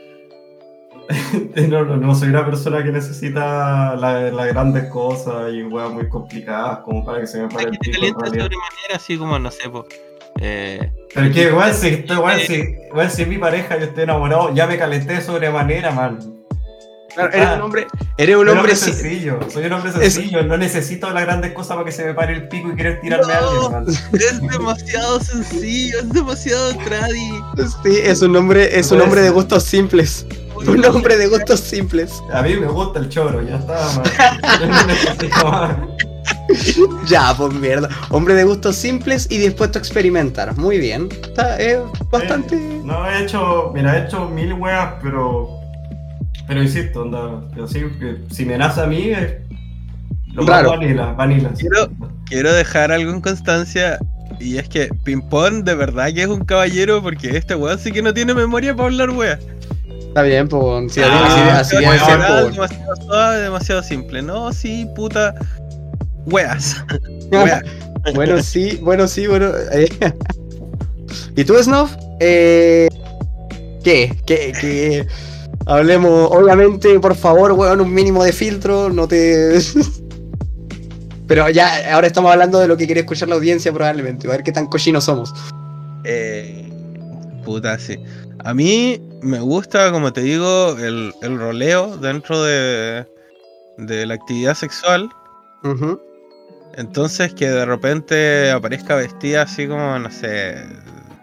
no, no, no soy una persona que necesita las la grandes cosas y weas muy complicadas como para que se me pare el pico. Que te calienta de sobremanera, así como, no sé, pues... Eh, Pero que igual si, igual, si, igual si mi pareja yo estoy enamorado, ya me calenté de sobremanera, man. Claro, eres un hombre, eres un hombre sencillo, soy un hombre sencillo, es... no necesito las grandes cosas para que se me pare el pico y querer tirarme no, a alguien, man. Es demasiado sencillo, es demasiado tradi. Sí, es un hombre, es un hombre de gustos simples. Un hombre de gustos simples. A mí me gusta el choro, ya está, man. Yo no necesito más. Ya, pues mierda. Hombre de gustos simples y dispuesto a experimentar. Muy bien. Está, es bastante. Eh, no he hecho, mira, he hecho mil weas, pero. Pero insisto, onda, así que si me nace a mí es lo claro. más vanilla, vanilla. Quiero, quiero dejar algo en constancia, y es que Pimpón de verdad que es un caballero, porque este weón sí que no tiene memoria para hablar weas. Está bien, pues, sí, ah, así debe ser, pues. Demasiado suave, demasiado simple. No, sí, puta, weas. Weas. Bueno, sí, bueno, sí, bueno. Eh. ¿Y tú, Snuff? Eh, ¿Qué? ¿Qué? ¿Qué? Hablemos, obviamente, por favor, weón, un mínimo de filtro, no te... Pero ya, ahora estamos hablando de lo que quiere escuchar la audiencia probablemente, a ver qué tan cochinos somos. Eh... Puta, sí. A mí me gusta, como te digo, el, el roleo dentro de, de la actividad sexual. Uh-huh. Entonces que de repente aparezca vestida así como, no sé,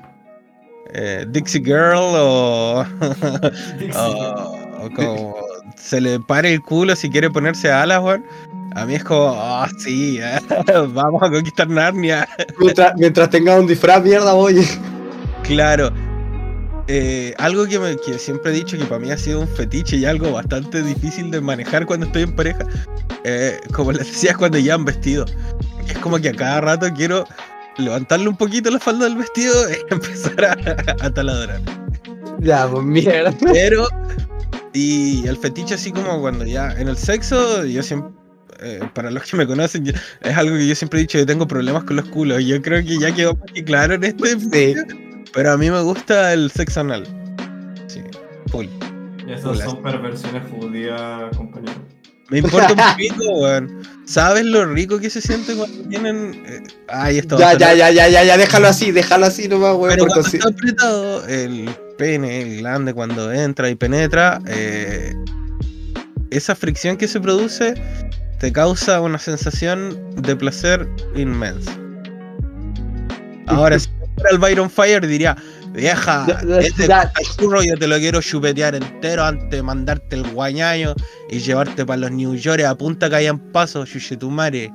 eh, Dixie Girl o, Dixie o, o como se le pare el culo si quiere ponerse alas, weón. A mí es como, oh, sí, eh, vamos a conquistar Narnia. Mientras, mientras tenga un disfraz, mierda, oye. Claro. Eh, algo que, me, que siempre he dicho que para mí ha sido un fetiche y algo bastante difícil de manejar cuando estoy en pareja, eh, como les decía, cuando llevan vestido, es como que a cada rato quiero levantarle un poquito la falda del vestido y empezar a, a taladrar. Ya, pues mierda. Pero y el fetiche así como cuando ya en el sexo, yo siempre, eh, para los que me conocen, yo, es algo que yo siempre he dicho, que tengo problemas con los culos, y yo creo que ya quedó muy claro en este sí. Pero a mí me gusta el sexo anal. Sí, full. Y esas full son perversiones judías, compañero. Me importa un poquito, weón. ¿Sabes lo rico que se siente cuando tienen... Eh, ay, esto ya, ya, ya, ya, ya, ya, déjalo así, déjalo así nomás, weón. Pero cuando está apretado el pene, el glande, cuando entra y penetra, eh, esa fricción que se produce te causa una sensación de placer inmensa. Ahora, si fuera el Byron Fire diría, vieja, este curro yo te lo quiero chupetear entero antes de mandarte el guañaño y llevarte para los New York a punta que hayan paso, chuchetumare.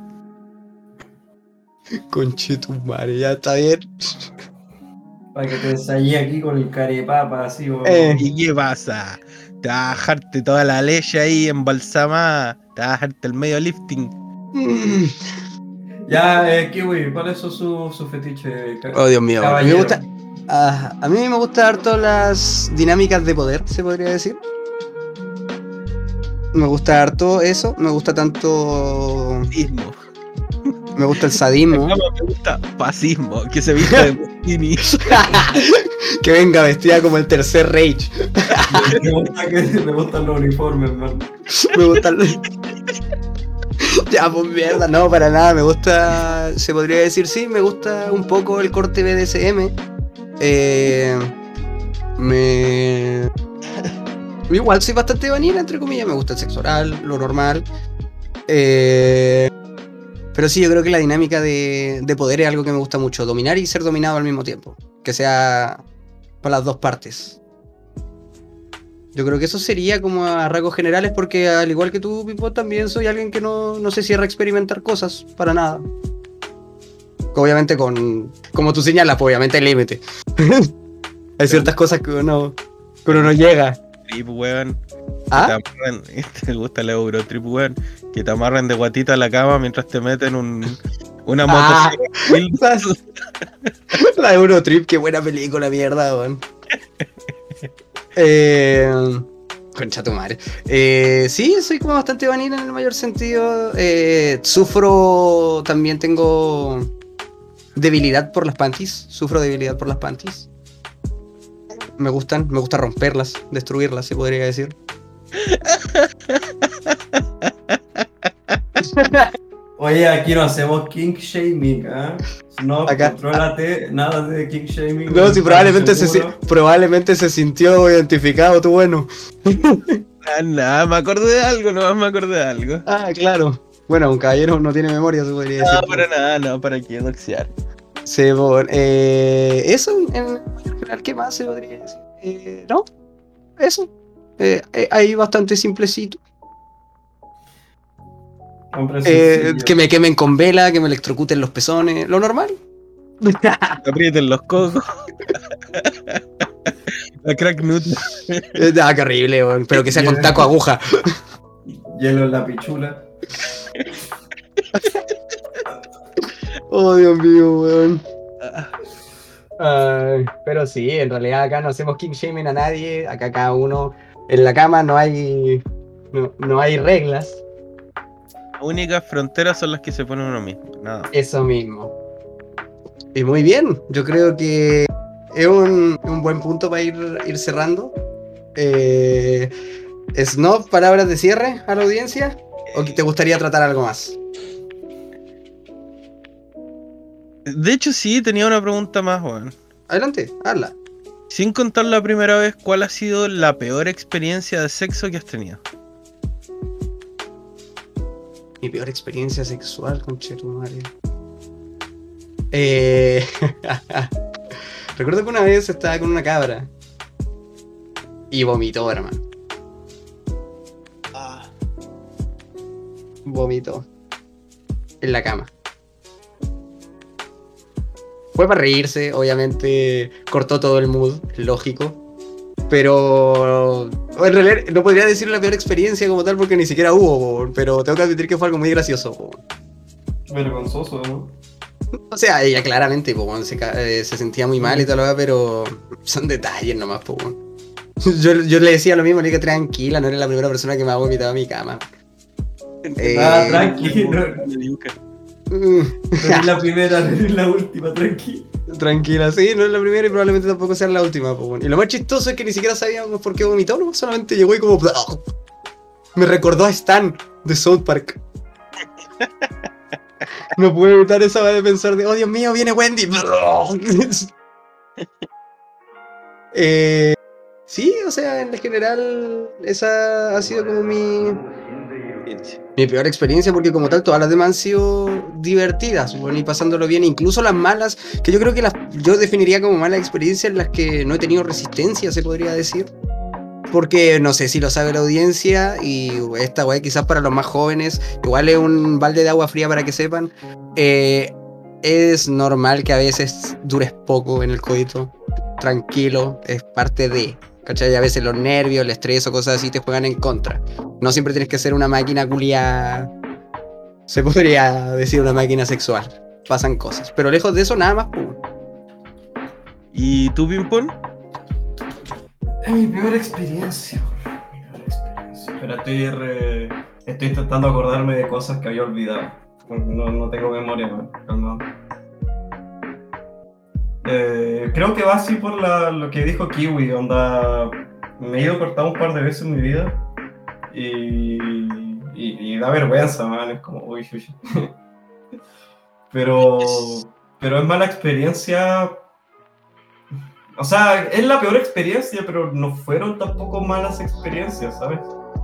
Conchetumare, ya está bien. Para que te ensayé aquí con el carepapa así, o... eh. ¿Y qué pasa? Te vas a bajarte toda la leche ahí embalsamada, te vas a bajarte el medio lifting. Mm. Ya, eh, Kiwi, ¿cuál es su, su fetiche? Oh, Dios mío. A mí me gusta, uh, a mí me gusta harto las dinámicas de poder, se podría decir. Me gusta harto eso, me gusta tanto... Sadismo. Me gusta el sadismo. Me gusta fascismo, que se vista de bikini. Que venga vestida como el tercer Reich. Me gusta que me gustan los uniformes, man. Me gustan los... Ya, pues mierda, no, para nada, me gusta, se podría decir, sí, me gusta un poco el corte B D S M. Eh, me... Igual soy bastante vanilla, entre comillas, me gusta el sexo oral, lo normal. Eh, pero sí, yo creo que la dinámica de, de poder es algo que me gusta mucho, dominar y ser dominado al mismo tiempo. Que sea por las dos partes. Yo creo que eso sería como a rasgos generales, porque al igual que tú, Pipo, también soy alguien que no, no se cierra a experimentar cosas, para nada. Obviamente con... como tú señalas, pues obviamente hay límite. Hay ciertas cosas que uno, que uno no llega. Trip, weón. ¿Ah? Que te amarran, te gusta el Eurotrip, weón. Que te amarran de guatita a la cama mientras te meten un, una ah, motocicleta. La Eurotrip, qué buena película, mierda, weón. Eh, concha tu madre. Eh, sí, soy como bastante vanilla en el mayor sentido. Eh, sufro, también tengo debilidad por las panties. Sufro debilidad por las panties. Me gustan, me gusta romperlas, destruirlas, se podría decir. Oye, aquí no hacemos kink shaming, ¿eh? No, acá, contrólate, a... nada de kink shaming. No, si probablemente se, probablemente se sintió identificado, tú bueno. Ah, nada, me acordé de algo, nomás me acordé de algo. Ah, claro. Bueno, un caballero no tiene memoria, se podría decir. No, para nada, no, para qué doxear. Sí, por, eh, eso, en general, ¿qué más se podría decir? Eh, no, eso. Eh, eh, ahí bastante simplecito. Eh, que me quemen con vela, que me electrocuten los pezones, lo normal. Que aprieten los cocos. La crack nut. Ah, qué horrible, bueno, pero que sea con taco aguja. Hielo en la pichula. Oh, Dios mío, weón. Uh, pero sí, en realidad acá no hacemos king shaming a nadie. Acá cada uno en la cama no hay no, no hay reglas. Las únicas fronteras son las que se pone uno mismo, nada. Eso mismo. Y muy bien, yo creo que es un, un buen punto para ir, ir cerrando. Eh, Snob, palabras de cierre a la audiencia. ¿O te gustaría tratar algo más? De hecho, sí, tenía una pregunta más, weón. Adelante, hazla. Sin contar la primera vez, ¿cuál ha sido la peor experiencia de sexo que has tenido? Mi peor experiencia sexual, conchetumare. Eh... Recuerdo que una vez estaba con una cabra y vomitó, hermano. Ah. Vomitó en la cama. Fue para reírse, obviamente cortó todo el mood, lógico. Pero en realidad no podría decir la peor experiencia como tal porque ni siquiera hubo, pero tengo que admitir que fue algo muy gracioso. Vergonzoso, ¿no? O sea, ella claramente po, se, eh, se sentía muy mal y todo lo demás, pero son detalles nomás. Po. Yo, yo le decía lo mismo, le dije tranquila, no eres la primera persona que me ha vomitado a mi cama. Eh, ah, tranquilo. No es la primera, no es la última, tranquila. Tranquila, sí, no es la primera y probablemente tampoco sea la última. Po, bueno. Y lo más chistoso es que ni siquiera sabíamos por qué vomitó, ¿no? Solamente llegó y como... Me recordó a Stan de South Park. No puedo evitar esa vez de pensar de, oh Dios mío, viene Wendy. eh, sí, o sea, en general esa ha sido como mi... Mi peor experiencia, porque como tal todas las demás han sido divertidas, bueno, y pasándolo bien, incluso las malas, que yo creo que las yo definiría como malas experiencias en las que no he tenido resistencia, se podría decir. Porque no sé si lo sabe la audiencia, y esta wey quizás para los más jóvenes, igual es un balde de agua fría para que sepan. Eh, es normal que a veces dures poco en el coito, tranquilo, es parte de... ¿Cachai? A veces los nervios, el estrés o cosas así te juegan en contra. No siempre tienes que ser una máquina culiada. Se podría decir una máquina sexual. Pasan cosas. Pero lejos de eso, nada más. Pum. ¿Y tú, Pimpón? Es mi peor experiencia. Mi peor experiencia. Pero estoy, re... estoy intentando acordarme de cosas que había olvidado. No, no tengo memoria, man. Calmado. Eh, creo que va así por la, lo que dijo Kiwi, onda, me he ido cortado un par de veces en mi vida y, y, y da vergüenza, man, es como, uy, uy. pero, pero es mala experiencia, o sea, es la peor experiencia, pero no fueron tampoco malas experiencias, ¿sabes?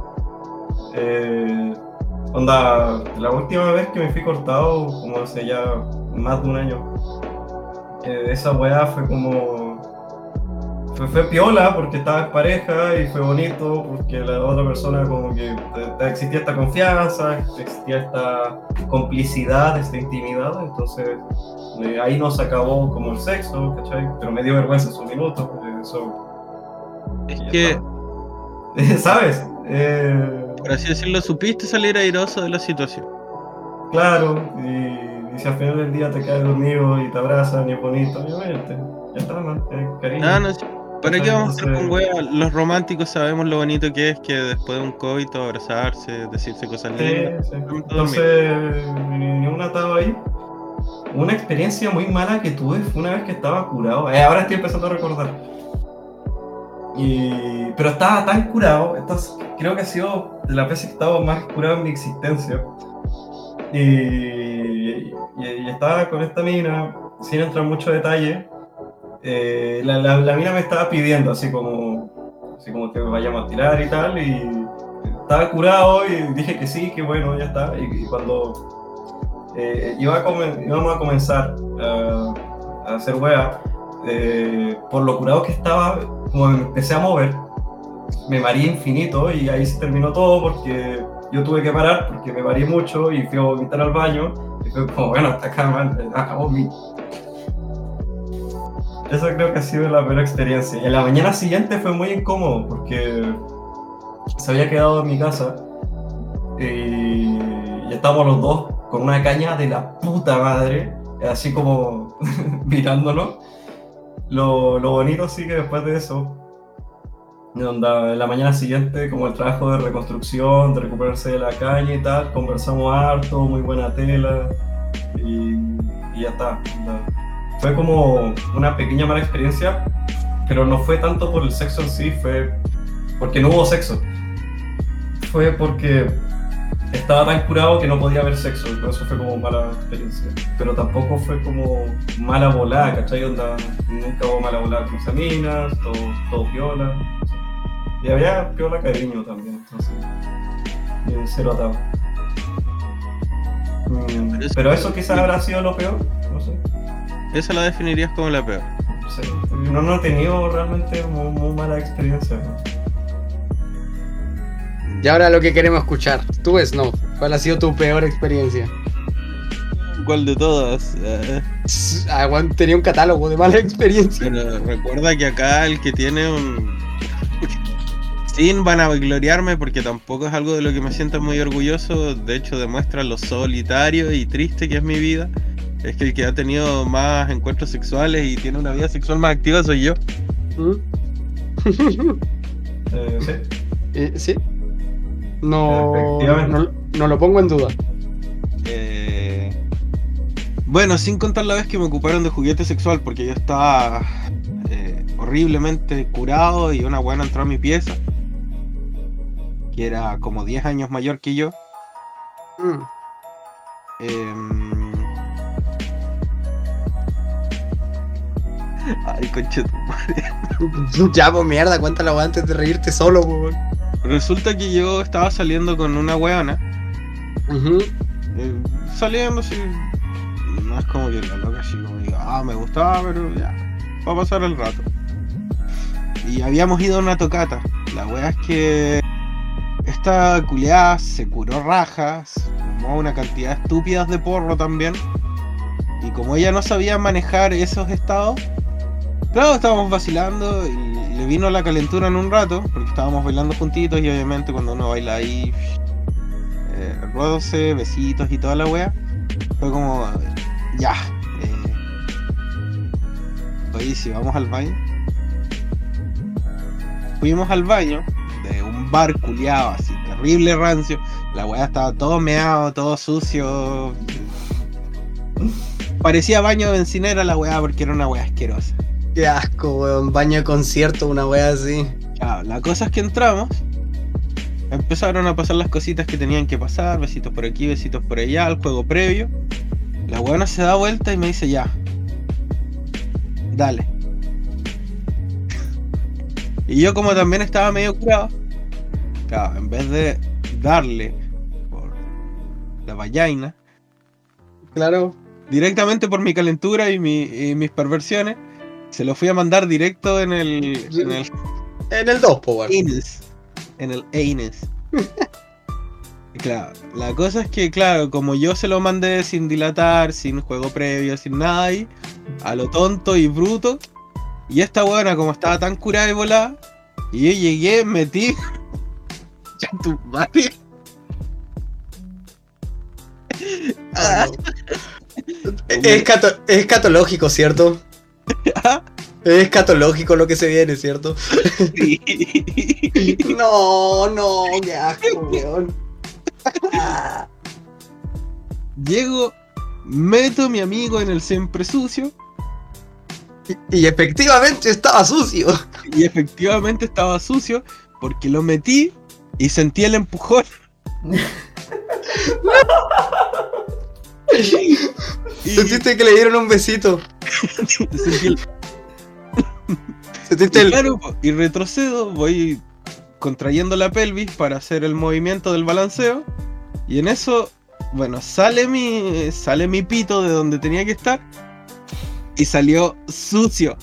Eh, onda, la última vez que me fui cortado, como hace ya más de un año, esa weá fue como... Fue, fue piola porque estaba en pareja y fue bonito porque la otra persona como que existía esta confianza, existía esta complicidad, esta intimidad, entonces eh, ahí nos acabó como el sexo, ¿cachai? Pero me dio vergüenza esos minutos, eso... Es que... ¿Sabes? Eh... Por así decirlo, supiste salir airoso de la situación. Claro, y... Y si al final del día te quedas dormido y te abrazan y es bonito, obviamente, ya está, man, eh, cariño. Ah, no, ¿para qué vamos a estar con hueá? Los románticos sabemos lo bonito que es que después de un coito abrazarse, decirse cosas lindas. Sí, sí. Entonces, ni una estaba ahí. Una experiencia muy mala que tuve fue una vez que estaba curado. Eh, ahora estoy empezando a recordar. Y... Pero estaba tan curado, entonces creo que ha sido de las veces que estaba más curado en mi existencia. Y, y, y estaba con esta mina, sin entrar en mucho detalle, eh, la, la, la mina me estaba pidiendo así como, así como que vayamos a tirar y tal, y estaba curado y dije que sí, que bueno, ya está, y, y cuando eh, iba a comen, íbamos a comenzar a, a hacer wea, eh, por lo curado que estaba, como me empecé a mover, me mareé infinito y ahí se terminó todo porque yo tuve que parar porque me mareé mucho y fui a vomitar al baño y fue como, bueno, hasta acá, man, acabó mi... Eso creo que ha sido la peor experiencia. Y en la mañana siguiente fue muy incómodo porque se había quedado en mi casa y, y estábamos los dos con una caña de la puta madre, así como mirándonos. Lo, lo bonito sí que después de eso, onda, en la mañana siguiente, como el trabajo de reconstrucción, de recuperarse de la caña y tal, conversamos harto, muy buena tela y, y ya está. Onda. Fue como una pequeña mala experiencia, pero no fue tanto por el sexo en sí, fue porque no hubo sexo. Fue porque estaba tan curado que no podía haber sexo, y por eso fue como mala experiencia. Pero tampoco fue como mala volada, ¿cachai? Onda, nunca hubo mala volada con esa mina, todo, todo piola. Y había piola cariño también, entonces, y cero atado. Mm, pero eso quizás habrá sido lo peor, no sé. Esa la definirías como la peor. no sé, no, no he tenido realmente muy, muy mala experiencia, ¿no? Y ahora lo que queremos escuchar, tú Snow, ¿cuál ha sido tu peor experiencia? ¿Cuál de todas? Eh... Ah, bueno, tenía un catálogo de malas experiencias. Pero recuerda que acá el que tiene un... Sin vanagloriarme, porque tampoco es algo de lo que me siento muy orgulloso, de hecho demuestra lo solitario y triste que es mi vida, es que el que ha tenido más encuentros sexuales y tiene una vida sexual más activa soy yo. ¿Mm? eh, ¿Sí? Eh, ¿Sí? No, no, no lo pongo en duda. Eh, bueno, sin contar la vez que me ocuparon de juguete sexual porque yo estaba eh, horriblemente curado y una buena entró a mi pieza, que era como diez años mayor que yo. Mm. Eh, Ay, concha tu madre. Ya, pues mierda, cuéntalo antes de reírte solo, pues. Resulta que yo estaba saliendo con una weona. Uh-huh. Eh, saliendo así. No es como que la loca así como diga, ah, me gustaba, pero ya, va a pasar el rato. Y habíamos ido a una tocata. La wea es que esta culiada se curó rajas, fumó una cantidad estúpida de porro también. Y como ella no sabía manejar esos estados, claro, estábamos vacilando y le vino la calentura en un rato, porque estábamos bailando juntitos y obviamente cuando uno baila ahí, eh, roce, besitos y toda la wea, fue como, ya, eh, oye, si vamos al baño. Fuimos al baño de un bar culiado así, terrible rancio, la wea estaba todo meado, todo sucio, parecía baño de bencinera la wea porque era una wea asquerosa. Qué asco, weón. Baño de concierto, una wea así. Ya, la cosa es que entramos. Empezaron a pasar las cositas que tenían que pasar. Besitos por aquí, besitos por allá. El juego previo. La weona se da vuelta y me dice ya. Dale. Y yo como también estaba medio curado. Claro, en vez de darle por la vallaina. Claro. Directamente por mi calentura y, mi, y mis perversiones. Se lo fui a mandar directo en el... En el, en el dos, po, anus, en el anus. Claro, la cosa es que, claro, como yo se lo mandé sin dilatar, sin juego previo, sin nada ahí, a lo tonto y bruto, y esta buena como estaba tan curada y volada, y yo llegué, metí... ya tu madre. Ah, no. es, escato, es escatológico, ¿cierto? Es escatológico lo que se viene, ¿cierto? Sí. No, no, qué asco, weón. Llego, meto a mi amigo en el siempre sucio. Y, y efectivamente estaba sucio. Y efectivamente estaba sucio porque lo metí y sentí el empujón. Y... Sentiste que le dieron un besito. Sentí el... Sentiste y, el... claro, y retrocedo, voy contrayendo la pelvis para hacer el movimiento del balanceo. Y en eso, bueno, sale mi, sale mi pito de donde tenía que estar. Y salió sucio.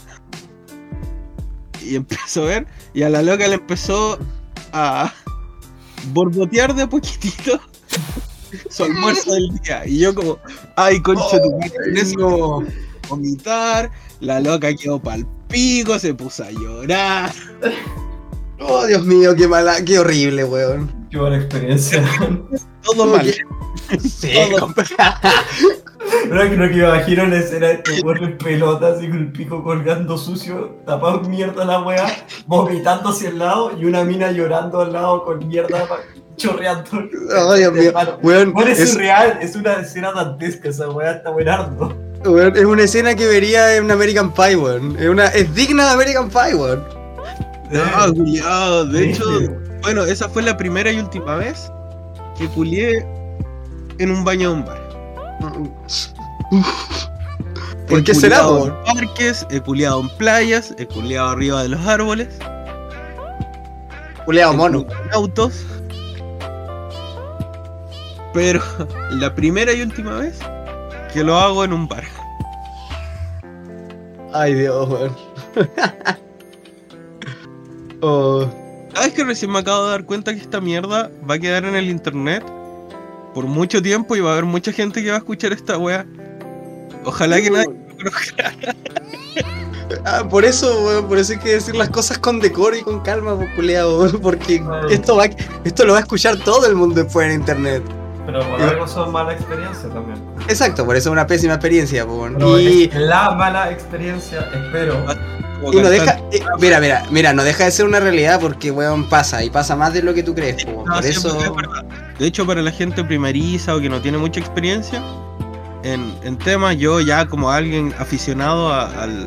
Y empezó a ver. Y a la loca le empezó a borbotear de a poquitito su almuerzo del día. Y yo como, ay, concha, tu madre, en eso no. Vomitar. La loca quedó pa'l pico, se puso a llorar. Oh, Dios mío, qué mala, qué horrible, weón. Qué buena experiencia. Todo mal. Sí, todo. Pero creo que me imagino la escena de este weón en pelota, así con el pico colgando sucio, tapado en mierda la weá, vomitando hacia el lado y una mina llorando al lado con mierda chorreando. Oh, Dios mío, weón. Bueno, es surreal, es una escena dantesca, esa weá está buenardo. Weón, es una escena que vería en American Pie, weón. Es, una, es digna de American Pie, weón. No, culiado, de hecho, bueno, esa fue la primera y última vez que culié en un baño de un bar. ¿Por qué será, weón? En parques, he culiado en playas, he culiado arriba de los árboles. Culiado mono. En autos. Pero la primera y última vez que lo hago en un bar. Ay, Dios, weón. Oh. ¿Sabes que recién me acabo de dar cuenta que esta mierda va a quedar en el internet por mucho tiempo y va a haber mucha gente que va a escuchar esta wea? Ojalá que nadie lo conozca. Ah, por eso, weón, por eso hay que decir las cosas con decoro y con calma, culeado, weón, porque esto va, esto lo va a escuchar todo el mundo después en internet. Pero por algo son mala experiencia también. Exacto, por eso es una pésima experiencia, weón. Pero Y es la mala experiencia, espero. Y no deja, eh, mira, mira, mira, no deja de ser una realidad porque, weón, pasa, y pasa más de lo que tú crees, weón. No, Por eso... es verdad. De hecho, para la gente primeriza o que no tiene mucha experiencia en, en temas, yo ya como alguien aficionado a, al...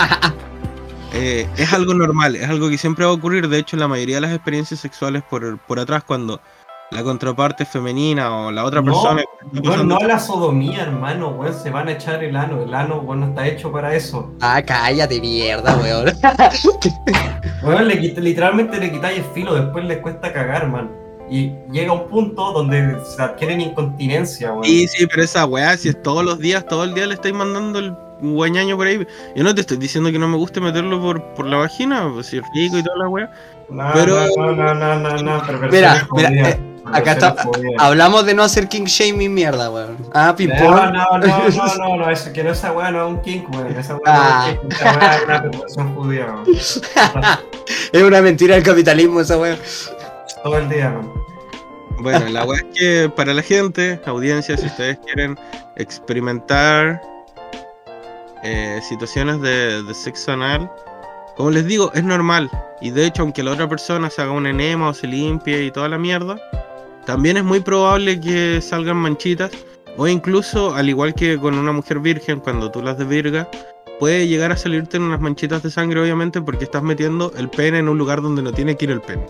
eh, es algo normal, es algo que siempre va a ocurrir. De hecho, la mayoría de las experiencias sexuales por, por atrás, cuando la contraparte femenina o la otra no, persona... Bueno, no la sodomía, hermano, weón, se van a echar el ano, el ano, weón, no está hecho para eso. Ah, cállate, mierda, weón. Weón, le, literalmente le quitáis el filo, después les cuesta cagar, man. Y llega un punto donde se adquieren incontinencia, weón. Sí, sí, pero esa weá, si es todos los días, todo el día le estáis mandando el guañaño por ahí. Yo no te estoy diciendo que no me guste meterlo por, por la vagina, pues si es rico y toda la weá. No, pero... no, no, no, no, no, pero mira, mira, eh, acá está, hablamos de no hacer king shaming mierda, weón. Ah, ping-pong. No, no, no, no, no, no, eso, que no, esa weá no es un kink, weón. Esa weá ah. no es un kink, esa weá es una perversión judía, weón. Es una mentira del capitalismo esa weá. Todo el día, weón. Bueno, la weá es que para la gente, audiencia, si ustedes quieren experimentar eh, situaciones de, de sexo anal, como les digo, es normal. Y de hecho, aunque la otra persona se haga un enema o se limpie y toda la mierda, también es muy probable que salgan manchitas. O incluso, al igual que con una mujer virgen, cuando tú las desvirgas, puede llegar a salirte unas manchitas de sangre, obviamente, porque estás metiendo el pene en un lugar donde no tiene que ir el pene.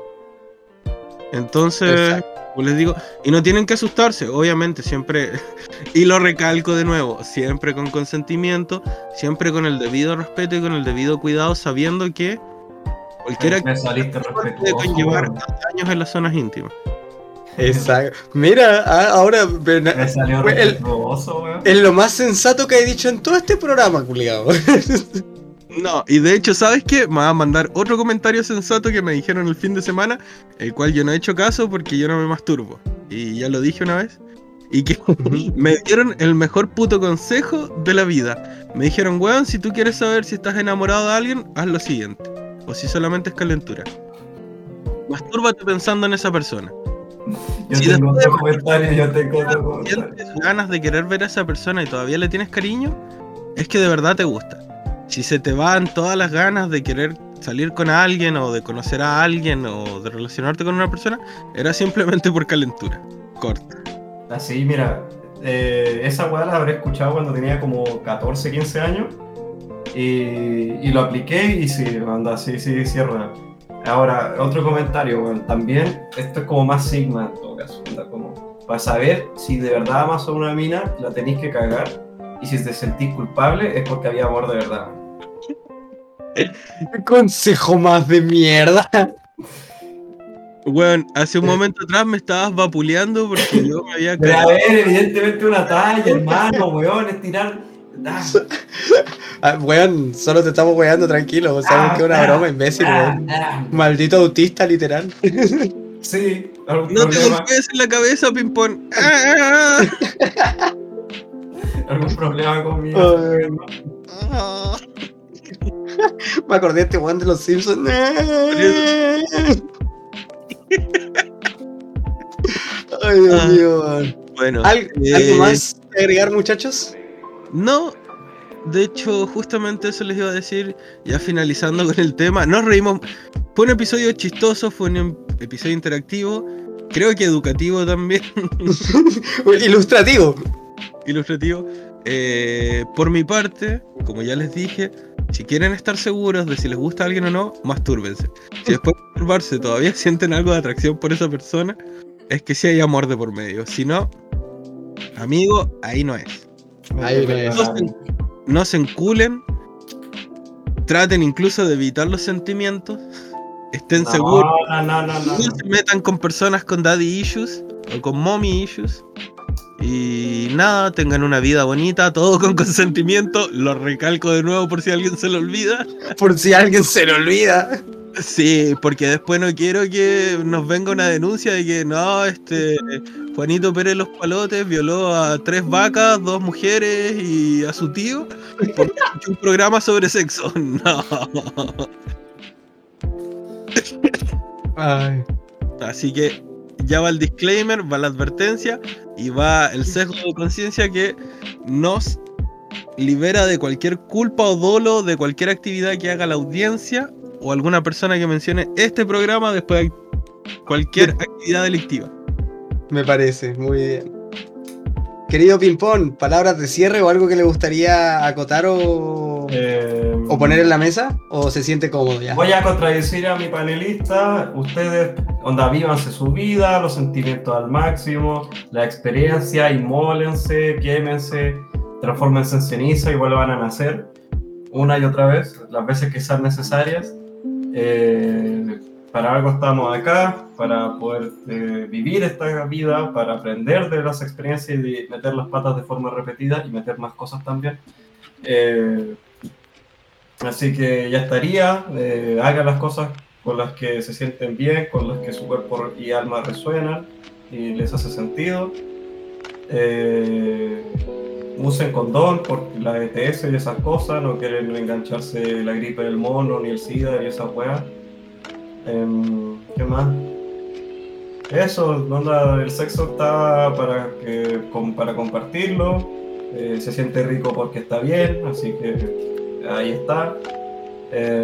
Entonces, pues les digo, y no tienen que asustarse, obviamente, siempre, y lo recalco de nuevo, siempre con consentimiento, siempre con el debido respeto y con el debido cuidado, sabiendo que cualquiera que puede conllevar daños en las zonas íntimas. Exacto. Mira, ahora me salió el, es lo más sensato que he dicho en todo este programa, culiado. No, y de hecho, ¿sabes qué? Me va a mandar otro comentario sensato que me dijeron el fin de semana, el cual yo no he hecho caso porque yo no me masturbo. Y ya lo dije una vez. Y que me dieron el mejor puto consejo de la vida. Me dijeron, weón, si tú quieres saber si estás enamorado de alguien, haz lo siguiente. O si solamente es calentura. Mastúrbate pensando en esa persona. Yo si tengo otro comentario, yo tengo otro comentario. Si tienes ganas de querer ver a esa persona y todavía le tienes cariño, es que de verdad te gusta. Si se te van todas las ganas de querer salir con alguien o de conocer a alguien o de relacionarte con una persona, era simplemente por calentura. Corta. Así, mira, eh, esa weá la habré escuchado cuando tenía como catorce, quince años y, y lo apliqué y sí, anda, sí, sí, cierra. Ahora, otro comentario, bueno, también, esto es como más sigma en todo caso, anda, como para saber si de verdad amas a una mina, la tenéis que cagar y si te sentís culpable es porque había amor de verdad. ¿Qué consejo más de mierda? Bueno, hace un momento atrás me estabas vapuleando porque yo me había caído. Pero a ver, evidentemente una talla, hermano, weón, es tirar. Ah. Ah, weón, solo te estamos weando, tranquilo. Sabes ah, que es una ah, broma, imbécil, ah, weón. Ah, Maldito autista, literal. Sí, no problema? Te golpees en la cabeza, ping-pong. Ah, ah. ¿Algún problema conmigo? Oh, me acordé de este weón de los Simpsons. Ay, Dios mío, ah, bueno, ¿Algo, eh... ¿Algo más que agregar, muchachos? No, de hecho, justamente eso les iba a decir, ya finalizando con el tema. Nos reímos. Fue un episodio chistoso, fue un episodio interactivo, creo que educativo también. Ilustrativo. Ilustrativo. Eh, por mi parte, como ya les dije, si quieren estar seguros de si les gusta a alguien o no, mastúrbense. Si después de masturbarse todavía sienten algo de atracción por esa persona, es que sí hay amor de por medio. Si no, amigo, ahí no es. Ahí no, es. No, se, no se enculen, traten incluso de evitar los sentimientos, estén no, seguros, no, no, no, no, no se metan con personas con daddy issues o con mommy issues. Y nada, tengan una vida bonita, todo con consentimiento. Lo recalco de nuevo por si a alguien se lo olvida. Por si a alguien se lo olvida. Sí, porque después no quiero que nos venga una denuncia de que no, este Juanito Pérez Los Palotes violó a tres vacas, dos mujeres y a su tío porque escuchó un programa sobre sexo. No. Ay. Así que ya va el disclaimer, va la advertencia y va el sesgo de conciencia que nos libera de cualquier culpa o dolo de cualquier actividad que haga la audiencia o alguna persona que mencione este programa después de cualquier actividad delictiva. Me parece, muy bien. Querido Pimpón, ¿palabras de cierre o algo que le gustaría acotar o, eh, o poner en la mesa? ¿O se siente cómodo ya? Voy a contradecir a mi panelista. Ustedes, onda, vívanse su vida, los sentimientos al máximo, la experiencia, inmólense, quémense, transfórmense en ceniza y vuelvan a nacer una y otra vez, las veces que sean necesarias. Eh, para algo estamos acá, para poder eh, vivir esta vida, para aprender de las experiencias y de meter las patas de forma repetida y meter más cosas también. Eh, así que ya estaría, eh, hagan las cosas con las que se sienten bien, con las que su cuerpo y alma resuenan y les hace sentido. Eh, usen condón por la E T S y esas cosas, no quieren engancharse la gripe del mono, ni el SIDA, ni esas weas. Eh, ¿Qué más? Eso, onda, el sexo está para, que, para compartirlo, eh, se siente rico porque está bien, así que ahí está. Eh,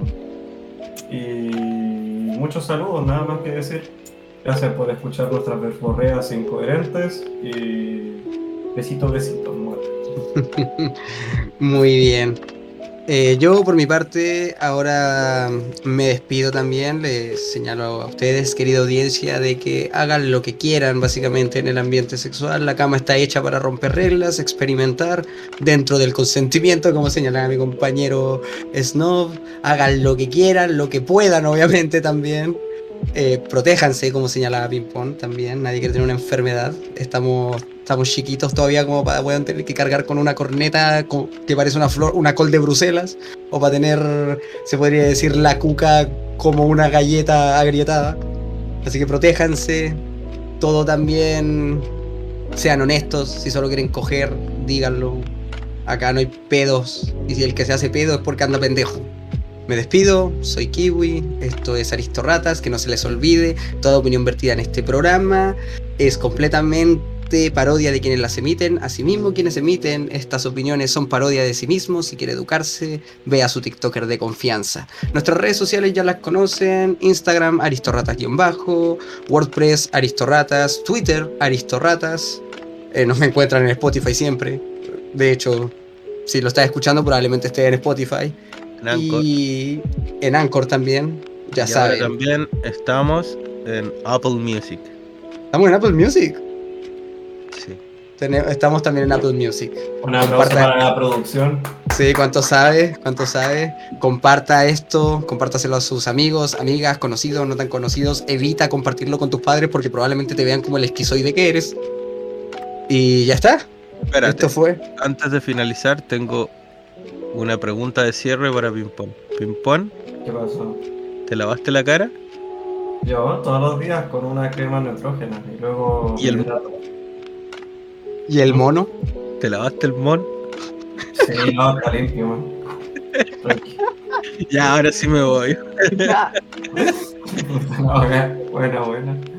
y muchos saludos, nada más que decir. Gracias por escuchar nuestras verborreas incoherentes y besitos, besitos, muerte. Muy bien. Eh, yo por mi parte ahora me despido también, les señalo a ustedes, querida audiencia, de que hagan lo que quieran básicamente en el ambiente sexual. La cama está hecha para romper reglas, experimentar dentro del consentimiento, como señalaba mi compañero Snob. Hagan lo que quieran, lo que puedan obviamente también. Eh, protéjanse, como señalaba Pimpón también, nadie quiere tener una enfermedad. Estamos, estamos chiquitos todavía como para poder tener que cargar con una corneta con, que parece una flor, una col de Bruselas, o para tener, se podría decir, la cuca como una galleta agrietada. Así que protéjanse, todo también, sean honestos, si solo quieren coger, díganlo. Acá no hay pedos, y si el que se hace pedo es porque anda pendejo. Me despido, soy Kiwi, esto es Aristorratas, que no se les olvide, toda opinión vertida en este programa es completamente parodia de quienes las emiten, asimismo quienes emiten estas opiniones son parodia de sí mismos. Si quiere educarse, vea a su TikToker de confianza. Nuestras redes sociales ya las conocen, Instagram Aristorratas-bajo, WordPress Aristorratas, Twitter Aristorratas, eh, nos encuentran en Spotify siempre, de hecho, si lo estás escuchando probablemente esté en Spotify. En Anchor. Y en Anchor también, ya y saben. También estamos en Apple Music. ¿Estamos en Apple Music? Sí. Tenemos, estamos también en Apple Music. Un aplauso para la producción. Sí, ¿cuánto sabe? ¿Cuánto sabe? Comparta esto, compártaselo a sus amigos, amigas, conocidos, no tan conocidos. Evita compartirlo con tus padres porque probablemente te vean como el esquizoide que eres. Y ya está. Espérate, esto fue. Antes de finalizar, tengo una pregunta de cierre para Pimpón. Pimpón, ¿qué pasó? ¿te lavaste la cara? Yo todos los días con una crema neutrógena y luego... ¿Y el, ¿Y el mono? ¿Te lavaste el mon? Sí, no, está limpio, man. Ya, ahora sí me voy. No, buena, buena.